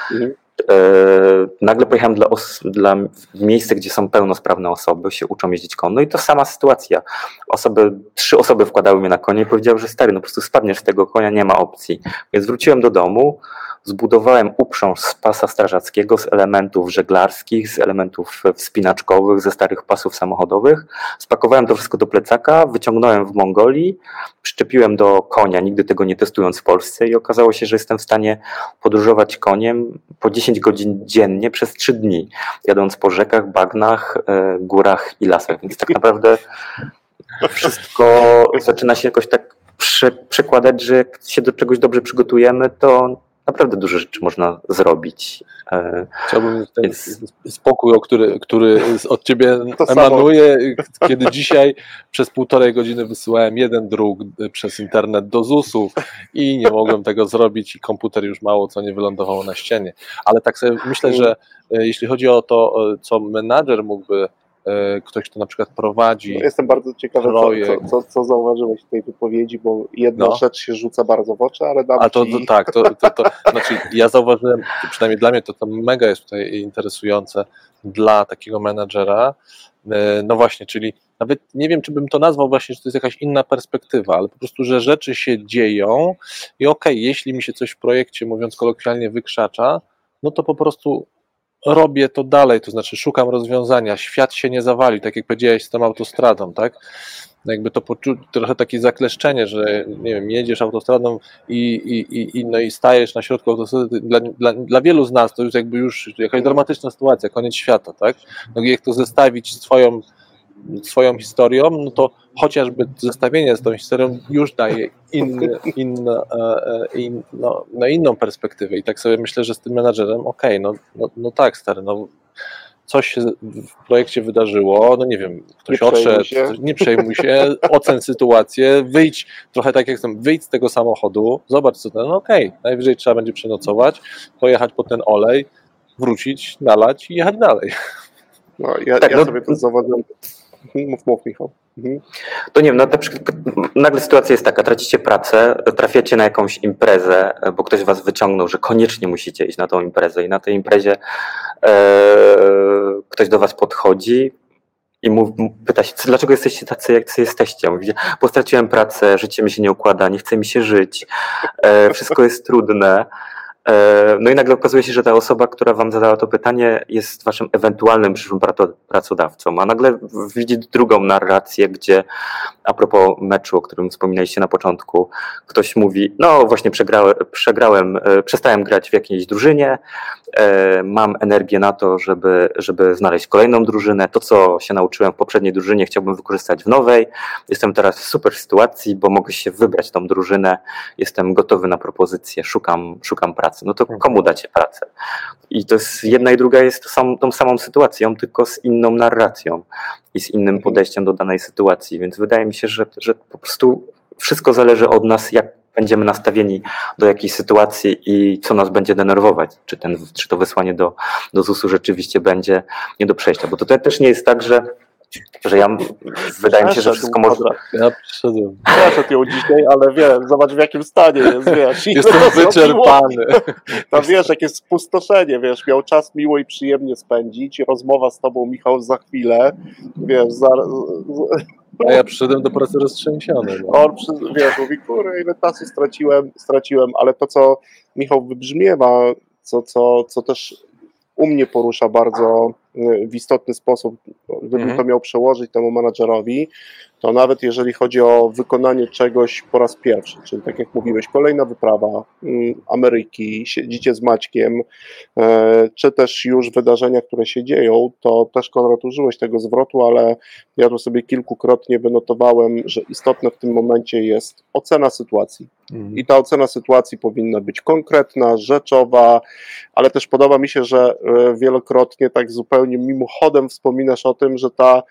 S3: Nagle pojechałem dla miejsca, gdzie są pełnosprawne osoby, się uczą jeździć konno i to sama sytuacja. 3 osoby wkładały mnie na konie i powiedziały, że stary, no po prostu spadniesz z tego konia, nie ma opcji. Więc wróciłem do domu, zbudowałem uprząż z pasa strażackiego, z elementów żeglarskich, z elementów wspinaczkowych, ze starych pasów samochodowych. Spakowałem to wszystko do plecaka, wyciągnąłem w Mongolii, przyczepiłem do konia, nigdy tego nie testując w Polsce i okazało się, że jestem w stanie podróżować koniem po 10 godzin dziennie przez 3 dni, jadąc po rzekach, bagnach, górach i lasach. Więc tak naprawdę wszystko zaczyna się jakoś tak przekładać, że jak się do czegoś dobrze przygotujemy, to naprawdę dużo rzeczy można zrobić.
S2: Chciałbym ten spokój, który od ciebie emanuje, kiedy dzisiaj przez 1,5 godziny wysyłałem jeden druk przez internet do ZUS-ów i nie mogłem tego zrobić i komputer już mało co nie wylądował na ścianie. Ale tak sobie myślę, że jeśli chodzi o to, co menadżer mógłby ktoś, kto na przykład prowadzi
S1: Jestem bardzo ciekawy,
S2: projekt.
S1: co zauważyłeś w tej wypowiedzi, bo jedna rzecz się rzuca bardzo w oczy, ale dam ci...
S2: Tak, znaczy ja zauważyłem, przynajmniej dla mnie to mega jest tutaj interesujące dla takiego menadżera, no właśnie, czyli nawet nie wiem, czy bym to nazwał właśnie, że to jest jakaś inna perspektywa, ale po prostu, że rzeczy się dzieją i okej, jeśli mi się coś w projekcie, mówiąc kolokwialnie, wykrzacza, no to po prostu robię to dalej, to znaczy szukam rozwiązania, świat się nie zawali, tak jak powiedziałeś z tą autostradą, tak? Jakby to trochę takie zakleszczenie, że nie wiem, jedziesz autostradą no i stajesz na środku autostrady, dla wielu z nas to już jakaś dramatyczna sytuacja, koniec świata, tak? No i jak to zestawić z swoją historią, no to chociażby zestawienie z tą historią już daje inną perspektywę i tak sobie myślę, że z tym menadżerem no tak stary, no coś się w projekcie wydarzyło, no nie wiem, ktoś odszedł, nie przejmuj się, ocen sytuację, wyjdź, trochę tak jak chcę, wyjdź z tego samochodu, zobacz co to, no najwyżej trzeba będzie przenocować, pojechać po ten olej, wrócić, nalać i jechać dalej.
S1: No, ja sobie to zauważyłem. Mów Michał.
S3: To nie wiem, no na przykład nagle sytuacja jest taka, tracicie pracę, trafiacie na jakąś imprezę, bo ktoś was wyciągnął, że koniecznie musicie iść na tą imprezę i na tej imprezie ktoś do was podchodzi i pyta się, dlaczego jesteście tacy, jak jesteście? Mówicie, bo straciłem pracę, życie mi się nie układa, nie chce mi się żyć, wszystko jest trudne. No i nagle okazuje się, że ta osoba, która wam zadała to pytanie, jest waszym ewentualnym przyszłym pracodawcą, a nagle widzi drugą narrację, gdzie a propos meczu, o którym wspominaliście na początku, ktoś mówi, no właśnie przestałem grać w jakiejś drużynie, mam energię na to, żeby znaleźć kolejną drużynę, to co się nauczyłem w poprzedniej drużynie chciałbym wykorzystać w nowej, jestem teraz w super sytuacji, bo mogę się wybrać tą drużynę, jestem gotowy na propozycję, szukam pracy. No to komu dacie pracę? I to jest jedna i druga jest tą samą sytuacją, tylko z inną narracją i z innym podejściem do danej sytuacji, więc wydaje mi się, że po prostu wszystko zależy od nas, jak będziemy nastawieni do jakiejś sytuacji i co nas będzie denerwować, czy to wysłanie do ZUS-u rzeczywiście będzie nie do przejścia, bo to też nie jest tak, że wydaje mi się, że wszystko może...
S2: Ja przyszedłem.
S1: Przeszedł ją dzisiaj, ale wiem, zobacz w jakim stanie jest, wiesz.
S2: Jestem wyczerpany.
S1: Tam wiesz, jakie spustoszenie, wiesz, miał czas miło i przyjemnie spędzić, rozmowa z tobą, Michał, za chwilę, wiesz,
S2: A ja przyszedłem do pracy roztrzęsiony. No.
S1: On, wiesz, mówi, kurwa, ile czasu straciłem, ale to, co Michał wybrzmiewa, co też u mnie porusza bardzo w istotny sposób, gdybym to miał przełożyć temu menadżerowi, to nawet jeżeli chodzi o wykonanie czegoś po raz pierwszy, czyli tak jak mówiłeś, kolejna wyprawa Ameryki, siedzicie z Maćkiem, czy też już wydarzenia, które się dzieją, to też Konrad użyłeś tego zwrotu, ale ja tu sobie kilkukrotnie wynotowałem, że istotne w tym momencie jest ocena sytuacji. I ta ocena sytuacji powinna być konkretna, rzeczowa, ale też podoba mi się, że wielokrotnie tak zupełnie mimochodem wspominasz o tym, że ta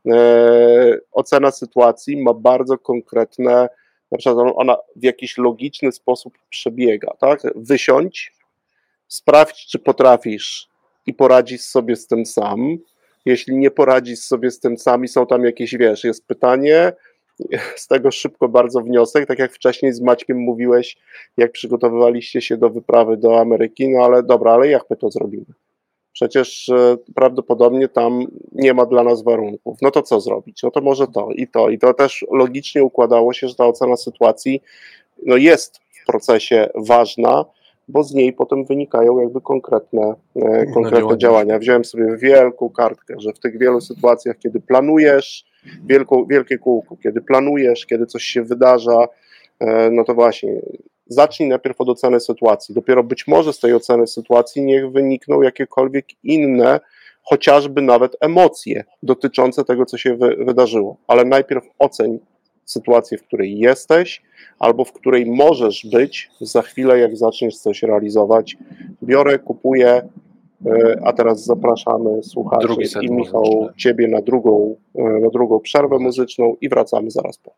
S1: ocena sytuacji ma bardzo konkretne, na przykład ona w jakiś logiczny sposób przebiega, tak? Wysiądź, sprawdź, czy potrafisz i poradzisz sobie z tym sam. Jeśli nie poradzisz sobie z tym sam i są tam jakieś, wiesz, jest pytanie, z tego szybko bardzo wniosek, tak jak wcześniej z Maćkiem mówiłeś, jak przygotowywaliście się do wyprawy do Ameryki, no ale dobra, ale jak my to zrobimy? Przecież prawdopodobnie tam nie ma dla nas warunków. No to co zrobić? No to może to i to. I to też logicznie układało się, że ta ocena sytuacji no jest w procesie ważna, bo z niej potem wynikają jakby konkretne działania. Wziąłem sobie wielką kartkę, że w tych wielu sytuacjach, kiedy planujesz, wielkie kółko, kiedy planujesz, kiedy coś się wydarza, no to właśnie zacznij najpierw od oceny sytuacji. Dopiero być może z tej oceny sytuacji niech wynikną jakiekolwiek inne, chociażby nawet emocje dotyczące tego, co się wydarzyło. Ale najpierw oceń sytuację, w której jesteś, albo w której możesz być za chwilę, jak zaczniesz coś realizować. Biorę, kupuję, a teraz zapraszamy słuchaczy i Michał, ciebie na drugą przerwę muzyczną i wracamy zaraz po.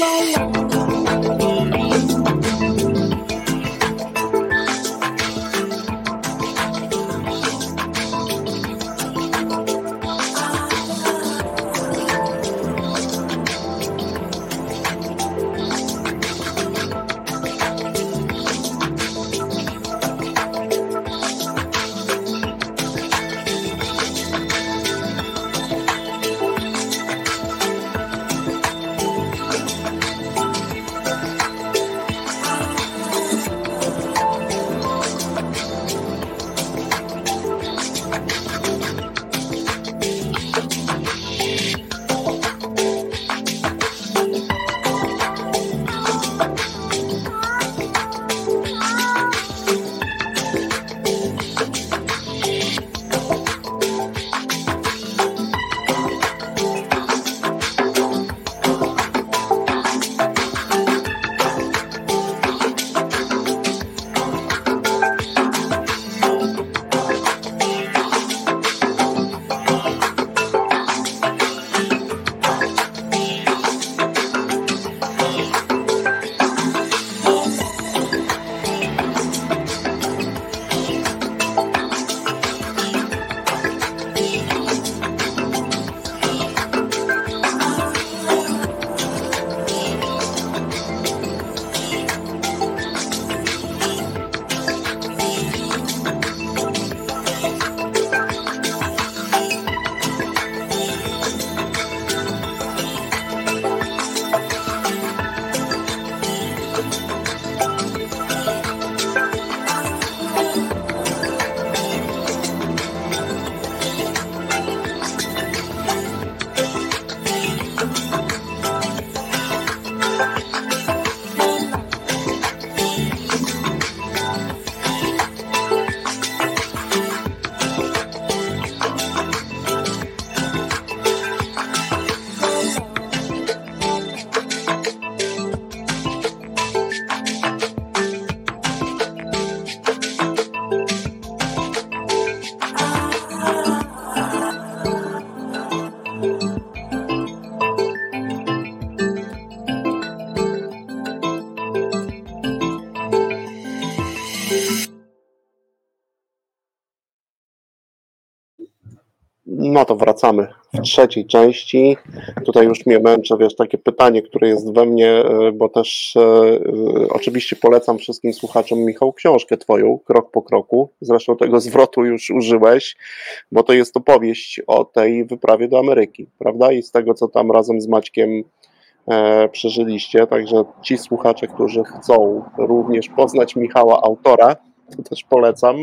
S1: No to wracamy w trzeciej części. Tutaj już mnie męczy, wiesz, takie pytanie, które jest we mnie, bo też oczywiście polecam wszystkim słuchaczom, Michał, książkę twoją, Krok po kroku. Zresztą tego zwrotu już użyłeś, bo to jest opowieść o tej wyprawie do Ameryki, prawda? I z tego, co tam razem z Maćkiem przeżyliście. Także ci słuchacze, którzy chcą również poznać Michała, autora, to też polecam,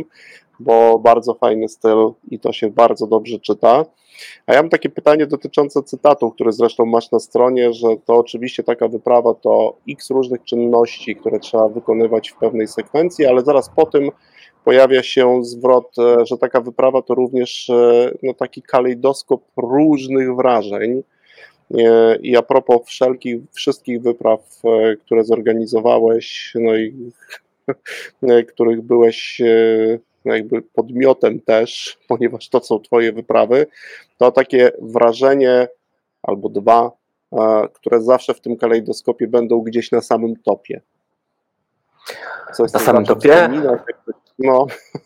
S1: bo bardzo fajny styl i to się bardzo dobrze czyta. A ja mam takie pytanie dotyczące cytatu, który zresztą masz na stronie, że to oczywiście taka wyprawa to x różnych czynności, które trzeba wykonywać w pewnej sekwencji, ale zaraz po tym pojawia się zwrot, że taka wyprawa to również no, taki kalejdoskop różnych wrażeń. I a propos wszystkich wypraw, które zorganizowałeś, no i których byłeś jakby podmiotem też, ponieważ to są twoje wyprawy, to takie wrażenie albo dwa, które zawsze w tym kalejdoskopie będą gdzieś na samym topie.
S3: Na samym topie?
S1: No.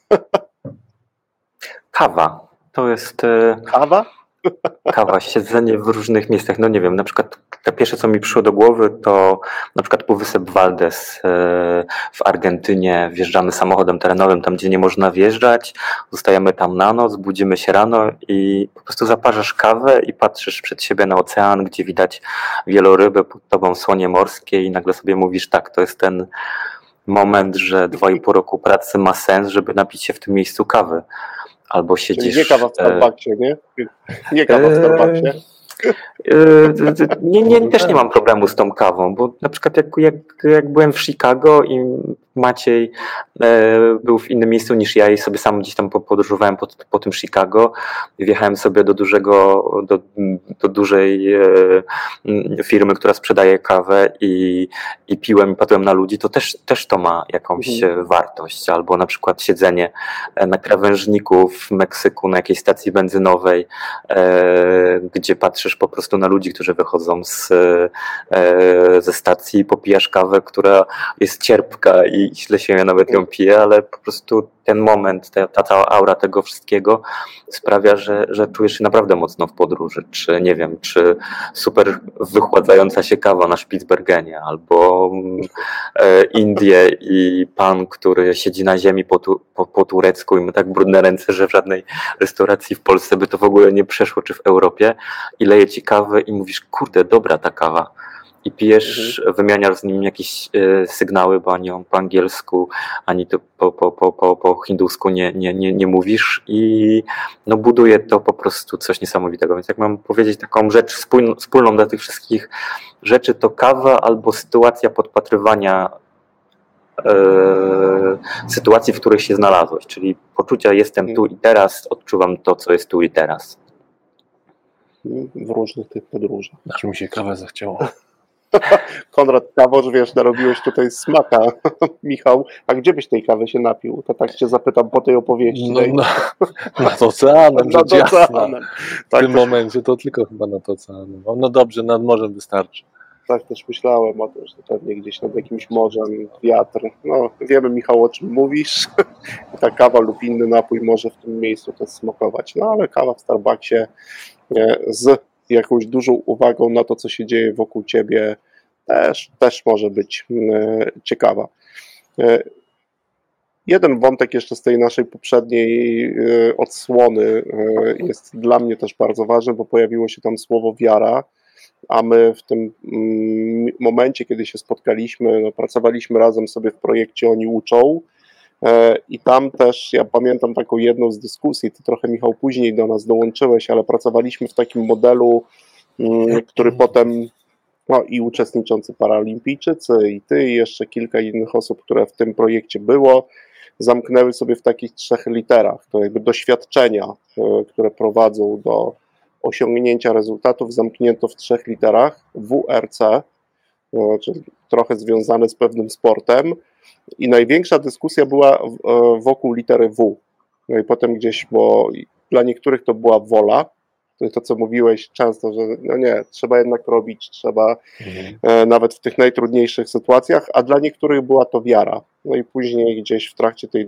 S3: Kawa. To jest...
S1: Kawa?
S3: Kawa, siedzenie w różnych miejscach, no nie wiem, na przykład to pierwsze, co mi przyszło do głowy, to na przykład Półwysep Valdez w Argentynie, wjeżdżamy samochodem terenowym tam, gdzie nie można wjeżdżać, zostajemy tam na noc, budzimy się rano i po prostu zaparzasz kawę i patrzysz przed siebie na ocean, gdzie widać wieloryby, pod tobą słonie morskie i nagle sobie mówisz, tak, to jest ten moment, że 2,5 roku pracy ma sens, żeby napić się w tym miejscu kawy. Albo siedzisz...
S1: Czyli nie kawa w Starbucksie, nie? Nie kawa w Starbucksie.
S3: Też nie mam problemu z tą kawą, bo na przykład jak byłem w Chicago i Maciej był w innym miejscu niż ja i sobie sam gdzieś tam podróżowałem po tym Chicago, wjechałem sobie do dużej firmy, która sprzedaje kawę i piłem i patrzyłem na ludzi, to też to ma jakąś wartość. Albo na przykład siedzenie na krawężniku w Meksyku na jakiejś stacji benzynowej gdzie patrzysz po prostu na ludzi, którzy wychodzą ze stacji, popijasz kawę, która jest cierpka i źle się nawet ją pije, ale po prostu ten moment, ta cała aura tego wszystkiego sprawia, że czujesz się naprawdę mocno w podróży, czy nie wiem, czy super wychładzająca się kawa na Spitsbergenie, albo Indie i pan, który siedzi na ziemi po turecku i ma tak brudne ręce, że w żadnej restauracji w Polsce by to w ogóle nie przeszło, czy w Europie, i leje ci kawę i mówisz, kurde, dobra ta kawa. I pijesz, wymieniasz z nim jakieś sygnały, bo ani on po angielsku, ani to po hindusku nie mówisz, i no buduje to po prostu coś niesamowitego. Więc jak mam powiedzieć taką rzecz wspólną dla tych wszystkich rzeczy, to kawa albo sytuacja podpatrywania sytuacji, w których się znalazłeś, czyli poczucia jestem tu i teraz, odczuwam to, co jest tu i teraz.
S1: W różnych tych podróżach.
S2: Aż mi się kawę zachciało.
S1: Konrad, kawoż, wiesz, narobiłeś tutaj smaka, Michał, a gdzie byś tej kawy się napił? To tak cię zapytam po tej opowieści.
S2: Nad oceanem, rzecz jasna. W tym
S1: też,
S2: momencie to tylko chyba nad oceanem. No dobrze, nad morzem wystarczy.
S1: Tak też myślałem o tym, że pewnie gdzieś nad jakimś morzem, wiatr. No, wiemy, Michał, o czym mówisz. Ta kawa lub inny napój może w tym miejscu też smakować. No, ale kawa w Starbucksie z jakąś dużą uwagą na to, co się dzieje wokół ciebie, też może być ciekawa. Jeden wątek jeszcze z tej naszej poprzedniej odsłony jest dla mnie też bardzo ważny, bo pojawiło się tam słowo wiara, a my w tym momencie, kiedy się spotkaliśmy, no, pracowaliśmy razem sobie w projekcie Oni Uczą, i tam też, ja pamiętam taką jedną z dyskusji, ty trochę, Michał, później do nas dołączyłeś, ale pracowaliśmy w takim modelu, który potem, no, i uczestniczący paralimpijczycy, i ty, i jeszcze kilka innych osób, które w tym projekcie było, zamknęły sobie w takich 3 literach. To jakby doświadczenia, które prowadzą do osiągnięcia rezultatów, zamknięto w 3 literach, WRC, czyli trochę związane z pewnym sportem, i największa dyskusja była wokół litery W. No i potem gdzieś, bo dla niektórych to była wola, to co mówiłeś często, że no nie, trzeba jednak robić, trzeba nawet w tych najtrudniejszych sytuacjach, a dla niektórych była to wiara. No i później gdzieś w trakcie tej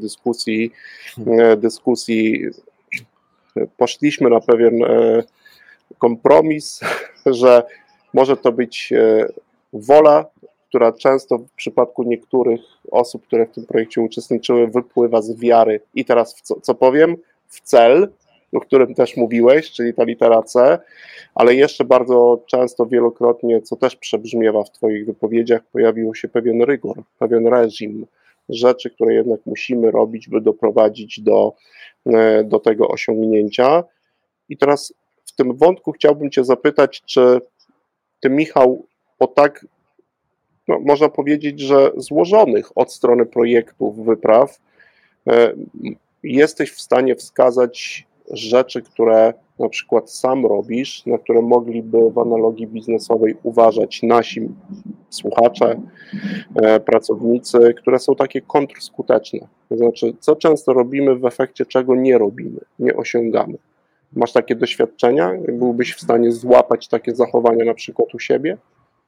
S1: dyskusji poszliśmy na pewien kompromis, że może to być wola, która często w przypadku niektórych osób, które w tym projekcie uczestniczyły, wypływa z wiary. I teraz co powiem? W cel, o którym też mówiłeś, czyli ta litera C, ale jeszcze bardzo często, wielokrotnie, co też przebrzmiewa w twoich wypowiedziach, pojawił się pewien rygor, pewien reżim, rzeczy, które jednak musimy robić, by doprowadzić do tego osiągnięcia. I teraz w tym wątku chciałbym cię zapytać, czy ty, Michał, po tak, no, można powiedzieć, że złożonych od strony projektów, wypraw, jesteś w stanie wskazać rzeczy, które na przykład sam robisz, na które mogliby w analogii biznesowej uważać nasi słuchacze, pracownicy, które są takie kontrskuteczne. To znaczy, co często robimy, w efekcie czego nie robimy, nie osiągamy. Masz takie doświadczenia? Byłbyś w stanie złapać takie zachowania na przykład u siebie?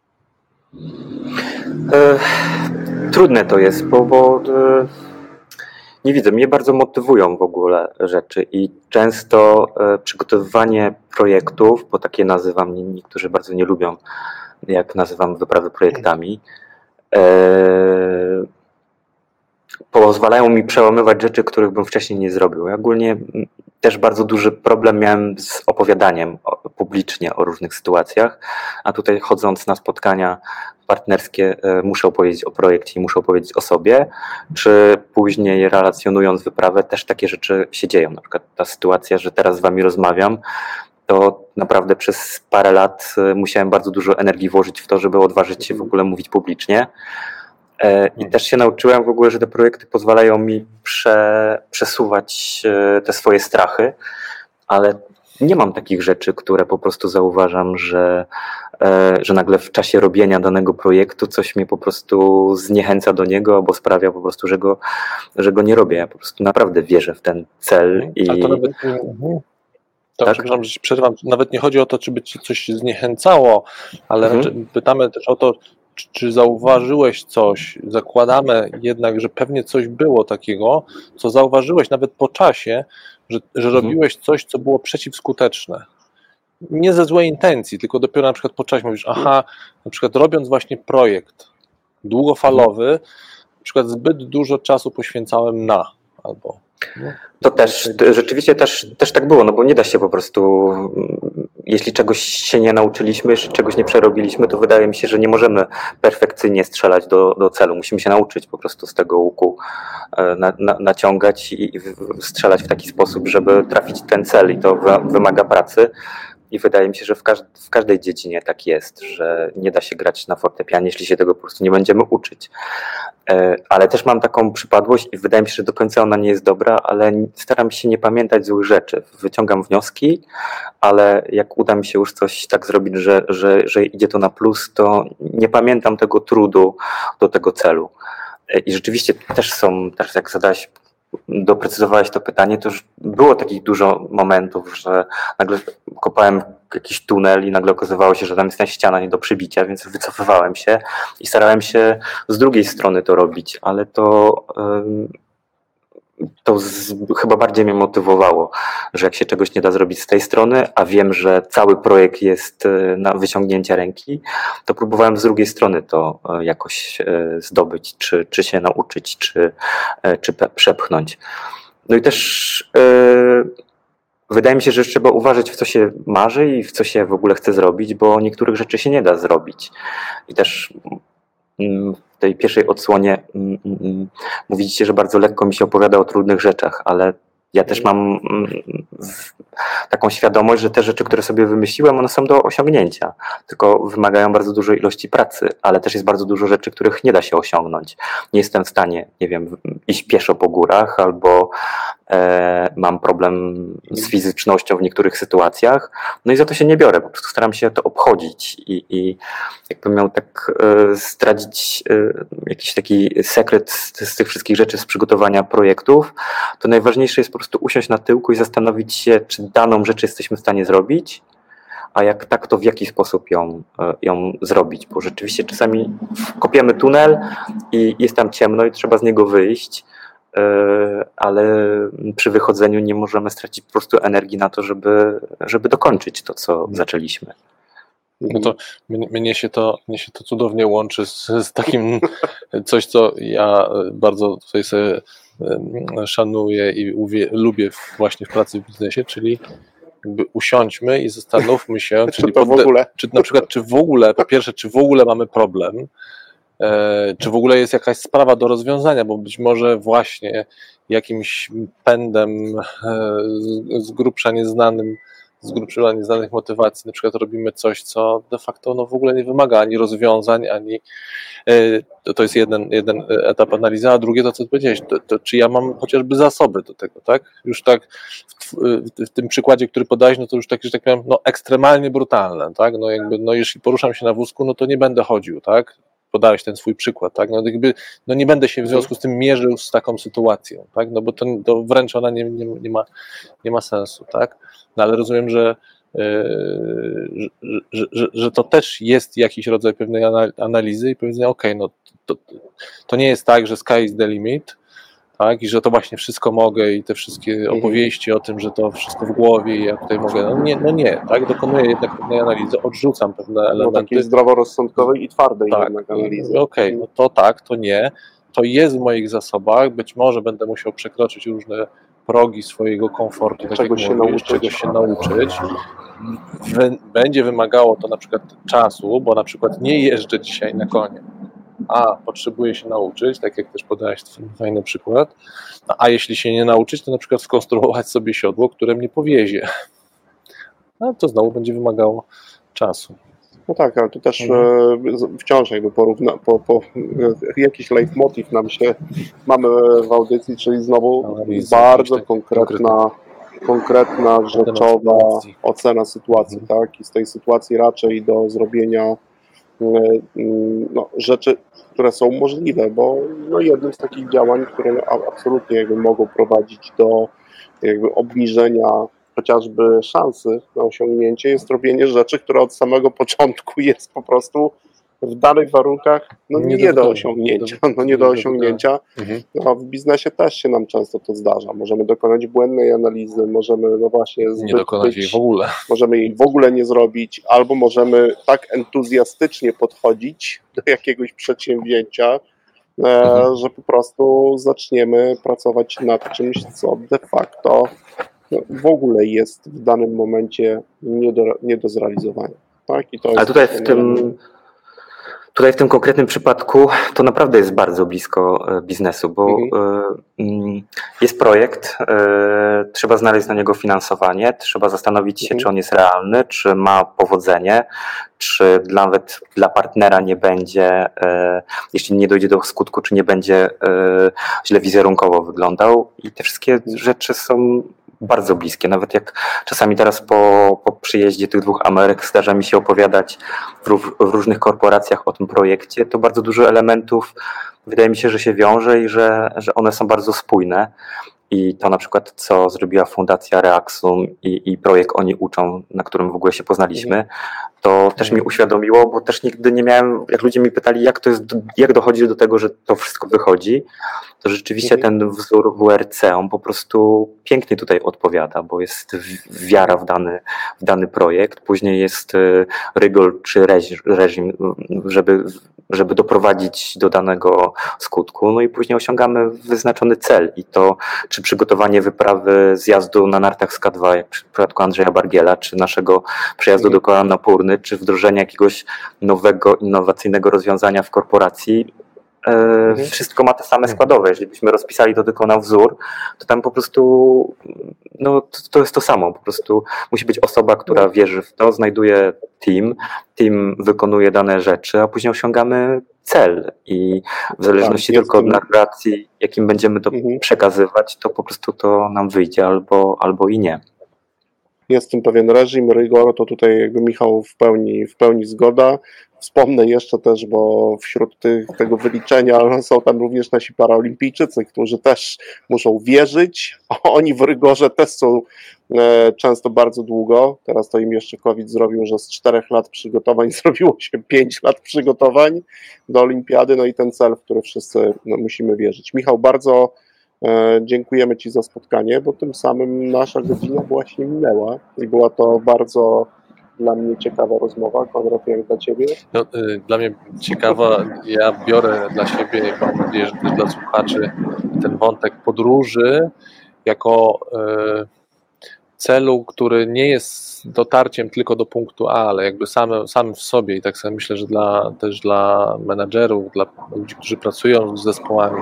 S3: Trudne to jest, bo nie widzę, mnie bardzo motywują w ogóle rzeczy i często przygotowywanie projektów, bo takie nazywam, niektórzy bardzo nie lubią, jak nazywam wyprawy projektami, pozwalają mi przełamywać rzeczy, których bym wcześniej nie zrobił. Ja ogólnie też bardzo duży problem miałem z opowiadaniem publicznie o różnych sytuacjach, a tutaj chodząc na spotkania partnerskie muszę opowiedzieć o projekcie i muszę opowiedzieć o sobie, czy później relacjonując wyprawę też takie rzeczy się dzieją. Na przykład ta sytuacja, że teraz z wami rozmawiam, to naprawdę przez parę lat musiałem bardzo dużo energii włożyć w to, żeby odważyć się w ogóle mówić publicznie. I też się nauczyłem w ogóle, że te projekty pozwalają mi przesuwać te swoje strachy, ale nie mam takich rzeczy, które po prostu zauważam, że nagle w czasie robienia danego projektu coś mnie po prostu zniechęca do niego albo sprawia po prostu, że go nie robię. Ja po prostu naprawdę wierzę w ten cel.
S2: Ale to nawet, To,
S3: tak?
S2: przepraszam, że ci przerwam. Nawet nie chodzi o to, czy by ci coś zniechęcało, ale pytamy też o to, czy zauważyłeś coś. Zakładamy jednak, że pewnie coś było takiego, co zauważyłeś nawet po czasie, że robiłeś coś, co było przeciwskuteczne. Nie ze złej intencji, tylko dopiero na przykład po czasie mówisz, aha, na przykład robiąc właśnie projekt długofalowy, na przykład zbyt dużo czasu poświęcałem na, albo...
S3: To też, rzeczywiście też tak było, no bo nie da się po prostu, jeśli czegoś się nie nauczyliśmy, jeśli czegoś nie przerobiliśmy, to wydaje mi się, że nie możemy perfekcyjnie strzelać do celu. Musimy się nauczyć po prostu z tego łuku naciągać i strzelać w taki sposób, żeby trafić ten cel i to wymaga pracy. I wydaje mi się, że w każdej dziedzinie tak jest, że nie da się grać na fortepianie, jeśli się tego po prostu nie będziemy uczyć. Ale też mam taką przypadłość i wydaje mi się, że do końca ona nie jest dobra, ale staram się nie pamiętać złych rzeczy. Wyciągam wnioski, ale jak uda mi się już coś tak zrobić, że idzie to na plus, to nie pamiętam tego trudu do tego celu. I rzeczywiście też jak zadałeś, doprecyzowałeś to pytanie, to już było takich dużo momentów, że nagle kopałem jakiś tunel i nagle okazywało się, że tam jest ściana nie do przybicia, więc wycofywałem się i starałem się z drugiej strony to robić, ale chyba bardziej mnie motywowało, że jak się czegoś nie da zrobić z tej strony, a wiem, że cały projekt jest na wyciągnięcie ręki, to próbowałem z drugiej strony to jakoś zdobyć, czy się nauczyć, czy przepchnąć. No i też wydaje mi się, że trzeba uważać, w co się marzy i w co się w ogóle chce zrobić, bo niektórych rzeczy się nie da zrobić. I też w tej pierwszej odsłonie mówicie, że bardzo lekko mi się opowiada o trudnych rzeczach, ale ja też mam taką świadomość, że te rzeczy, które sobie wymyśliłem, one są do osiągnięcia, tylko wymagają bardzo dużej ilości pracy, ale też jest bardzo dużo rzeczy, których nie da się osiągnąć. Nie jestem w stanie, nie wiem, iść pieszo po górach, albo mam problem z fizycznością w niektórych sytuacjach, no i za to się nie biorę, po prostu staram się to obchodzić i jakbym miał tak zdradzić jakiś taki sekret z tych wszystkich rzeczy, z przygotowania projektów, to najważniejsze jest po prostu usiąść na tyłku i zastanowić się, czy daną rzecz jesteśmy w stanie zrobić, a jak tak, to w jaki sposób ją zrobić, bo rzeczywiście czasami kopiemy tunel i jest tam ciemno i trzeba z niego wyjść, ale przy wychodzeniu nie możemy stracić po prostu energii na to, żeby dokończyć to, co zaczęliśmy.
S2: No to mnie się to cudownie łączy z takim coś, co ja bardzo tutaj sobie szanuję i lubię właśnie w pracy w biznesie, czyli jakby usiądźmy i zastanówmy się, czyli
S1: to w ogóle.
S2: czy na przykład, po pierwsze, czy w ogóle mamy problem, czy w ogóle jest jakaś sprawa do rozwiązania, bo być może właśnie jakimś pędem z grubsza nieznanych motywacji, na przykład robimy coś, co de facto w ogóle nie wymaga ani rozwiązań, ani to jest jeden etap analizy, a drugie to, co powiedziałeś, to czy ja mam chociażby zasoby do tego, tak? Już tak w tym przykładzie, który podałeś, no to już tak, że tak powiem, ekstremalnie brutalne, tak? Jeśli poruszam się na wózku, no to nie będę chodził, tak? Podałeś ten swój przykład, tak? Nie będę się w związku z tym mierzył z taką sytuacją, tak? No bo to wręcz ona nie ma sensu, tak? No ale rozumiem, że to też jest jakiś rodzaj pewnej analizy i powiedzenia, to nie jest tak, że sky is the limit, tak? I że to właśnie wszystko mogę i te wszystkie opowieści o tym, że to wszystko w głowie i ja tutaj mogę, nie, tak? Dokonuję jednak pewnej analizy, odrzucam pewne elementy.
S1: Takiej zdroworozsądkowej i twardej
S2: tak,
S1: jednak analizy.
S2: No to tak, to nie, to jest w moich zasobach, być może będę musiał przekroczyć różne progi swojego komfortu, tak czegoś się nauczyć. Będzie wymagało to na przykład czasu, bo na przykład nie jeżdżę dzisiaj na konie, a potrzebuję się nauczyć, tak jak też podałeś fajny przykład, a jeśli się nie nauczyć, to na przykład skonstruować sobie siodło, które mnie powiezie. No to znowu będzie wymagało czasu.
S1: No tak, ale tu też wciąż jakby jakiś leitmotiv mamy w audycji, czyli znowu bardzo konkretna, rzeczowa ocena sytuacji, tak? I z tej sytuacji raczej do zrobienia rzeczy, które są możliwe, bo jednym z takich działań, które absolutnie jakby mogą prowadzić do jakby obniżenia chociażby szansy na osiągnięcie, jest robienie rzeczy, które od samego początku jest po prostu w danych warunkach nie do osiągnięcia. Nie do osiągnięcia. No, w biznesie też się nam często to zdarza. Możemy dokonać błędnej analizy, możemy
S2: nie dokonać jej w ogóle.
S1: Możemy jej w ogóle nie zrobić, albo możemy tak entuzjastycznie podchodzić do jakiegoś przedsięwzięcia, że po prostu zaczniemy pracować nad czymś, co de facto w ogóle jest w danym momencie nie do zrealizowania. Tak? I to jest.
S3: Ale tutaj w tym konkretnym przypadku to naprawdę jest bardzo blisko biznesu, bo jest projekt, trzeba znaleźć na niego finansowanie, trzeba zastanowić się, czy on jest realny, czy ma powodzenie, czy nawet dla partnera nie będzie, jeśli nie dojdzie do skutku, czy nie będzie źle wizerunkowo wyglądał. I te wszystkie rzeczy są bardzo bliskie. Nawet jak czasami teraz po przyjeździe tych 2 Ameryk zdarza mi się opowiadać w różnych korporacjach o tym projekcie, to bardzo dużo elementów wydaje mi się, że się wiąże i że one są bardzo spójne. I to na przykład, co zrobiła Fundacja Reaxum i projekt Oni Uczą, na którym w ogóle się poznaliśmy, to też mi uświadomiło, bo też nigdy nie miałem, jak ludzie mi pytali, jak dochodzi do tego, że to wszystko wychodzi, to rzeczywiście ten wzór WRC, on po prostu pięknie tutaj odpowiada, bo jest wiara w dany projekt, później jest rygor czy reżim, żeby doprowadzić do danego skutku, no i później osiągamy wyznaczony cel i to, czy przygotowanie wyprawy zjazdu na nartach z K2, jak w przypadku Andrzeja Bargiela, czy naszego przejazdu do Kolan Napórny, czy wdrożenie jakiegoś nowego, innowacyjnego rozwiązania w korporacji, wszystko ma te same składowe. Jeżeli byśmy rozpisali to tylko na wzór, to tam po prostu to jest to samo. Po prostu musi być osoba, która wierzy w to, znajduje team wykonuje dane rzeczy, a później osiągamy cel i w zależności tylko od narracji, jakim będziemy to przekazywać, to po prostu to nam wyjdzie albo i nie.
S1: Jest w tym pewien reżim, rygor, to tutaj jakby Michał w pełni zgoda. Wspomnę jeszcze też, bo wśród tego wyliczenia są tam również nasi paraolimpijczycy, którzy też muszą wierzyć. Oni w rygorze też są często bardzo długo. Teraz to im jeszcze COVID zrobił, że z 4 lat przygotowań zrobiło się 5 lat przygotowań do olimpiady, no i ten cel, w który wszyscy musimy wierzyć. Michał, bardzo dziękujemy Ci za spotkanie, bo tym samym nasza godzina właśnie minęła i była to bardzo dla mnie ciekawa rozmowa. Konrad, jak dla Ciebie?
S2: No, dla mnie ciekawa, ja biorę dla siebie, mam nadzieję, że też dla słuchaczy, ten wątek podróży jako celu, który nie jest dotarciem tylko do punktu A, ale jakby sam w sobie i tak sobie myślę, że też dla menadżerów, dla ludzi, którzy pracują z zespołami,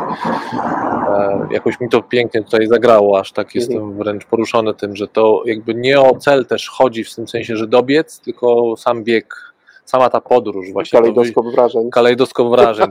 S2: jakoś mi to pięknie tutaj zagrało, aż tak jestem wręcz poruszony tym, że to jakby nie o cel też chodzi w tym sensie, że dobiec, tylko sam bieg, sama ta podróż właśnie. Kalejdoskop wrażeń,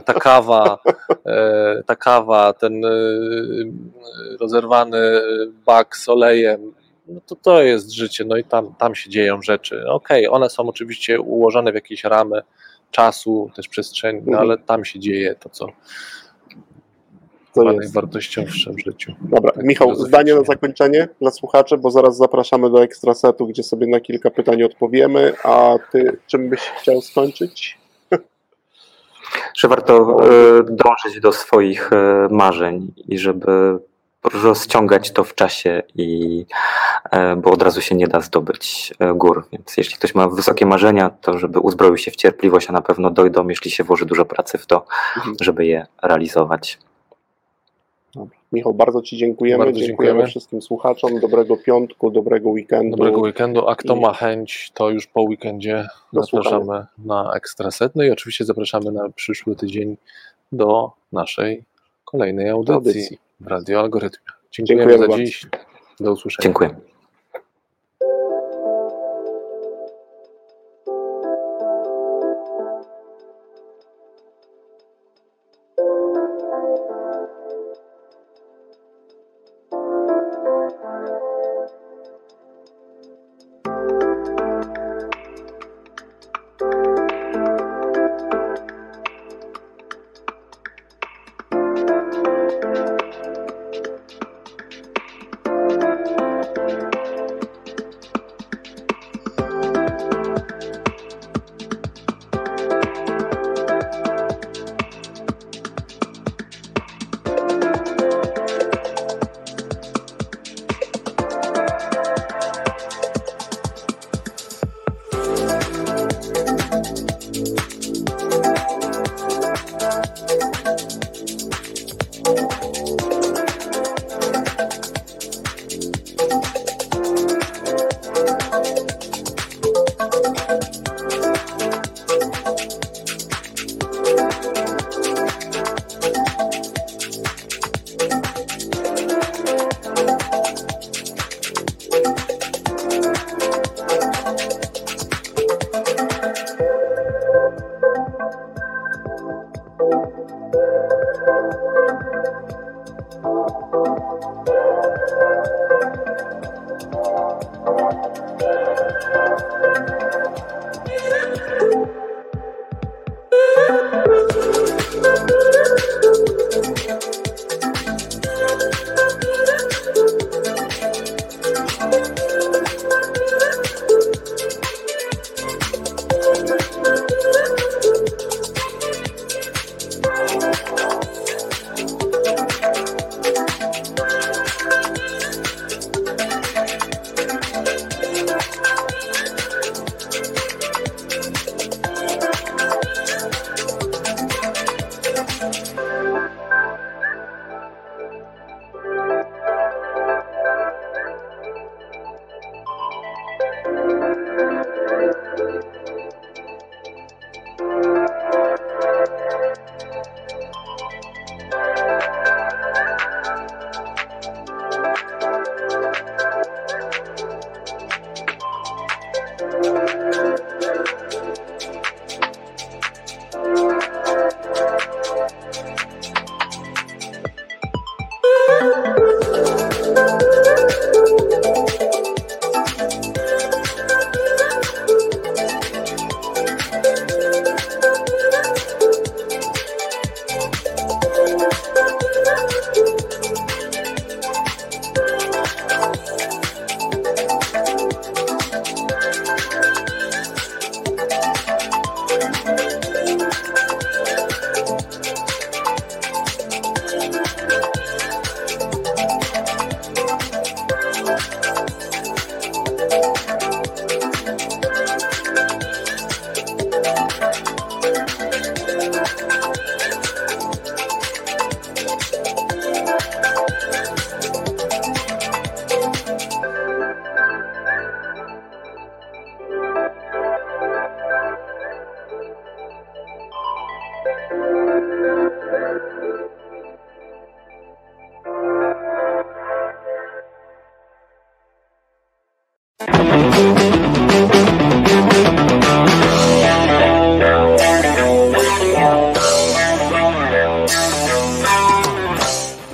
S2: ta kawa, ten rozerwany bak z olejem, no to jest życie, no i tam się dzieją rzeczy. Okej, one są oczywiście ułożone w jakieś ramy czasu, też przestrzeni, no ale tam się dzieje to, co chyba najwartościowsze w życiu.
S1: Dobra, tak, Michał, zdanie na zakończenie dla słuchaczy, bo zaraz zapraszamy do ekstrasetu, gdzie sobie na kilka pytań odpowiemy, a Ty czym byś chciał skończyć?
S3: Że warto dążyć do swoich marzeń i żeby rozciągać to w czasie, bo od razu się nie da zdobyć gór. Więc jeśli ktoś ma wysokie marzenia, to żeby uzbroił się w cierpliwość, a na pewno dojdą, jeśli się włoży dużo pracy w to, żeby je realizować.
S1: Dobra. Michał, bardzo Ci dziękujemy. Dziękujemy wszystkim słuchaczom. Dobrego piątku, dobrego weekendu.
S2: A kto ma chęć, to już po weekendzie zapraszamy na ekstraset. No i oczywiście zapraszamy na przyszły tydzień do naszej kolejnej audycji w Radio Algorytmia. Dziękujemy za dziś. Do usłyszenia.
S3: Dziękuję.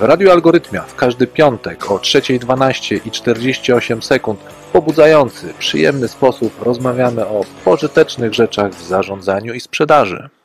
S2: W Radiu Algorytmia w każdy piątek o 3:12 i 48 sekund w pobudzający, przyjemny sposób rozmawiamy o pożytecznych rzeczach w zarządzaniu i sprzedaży.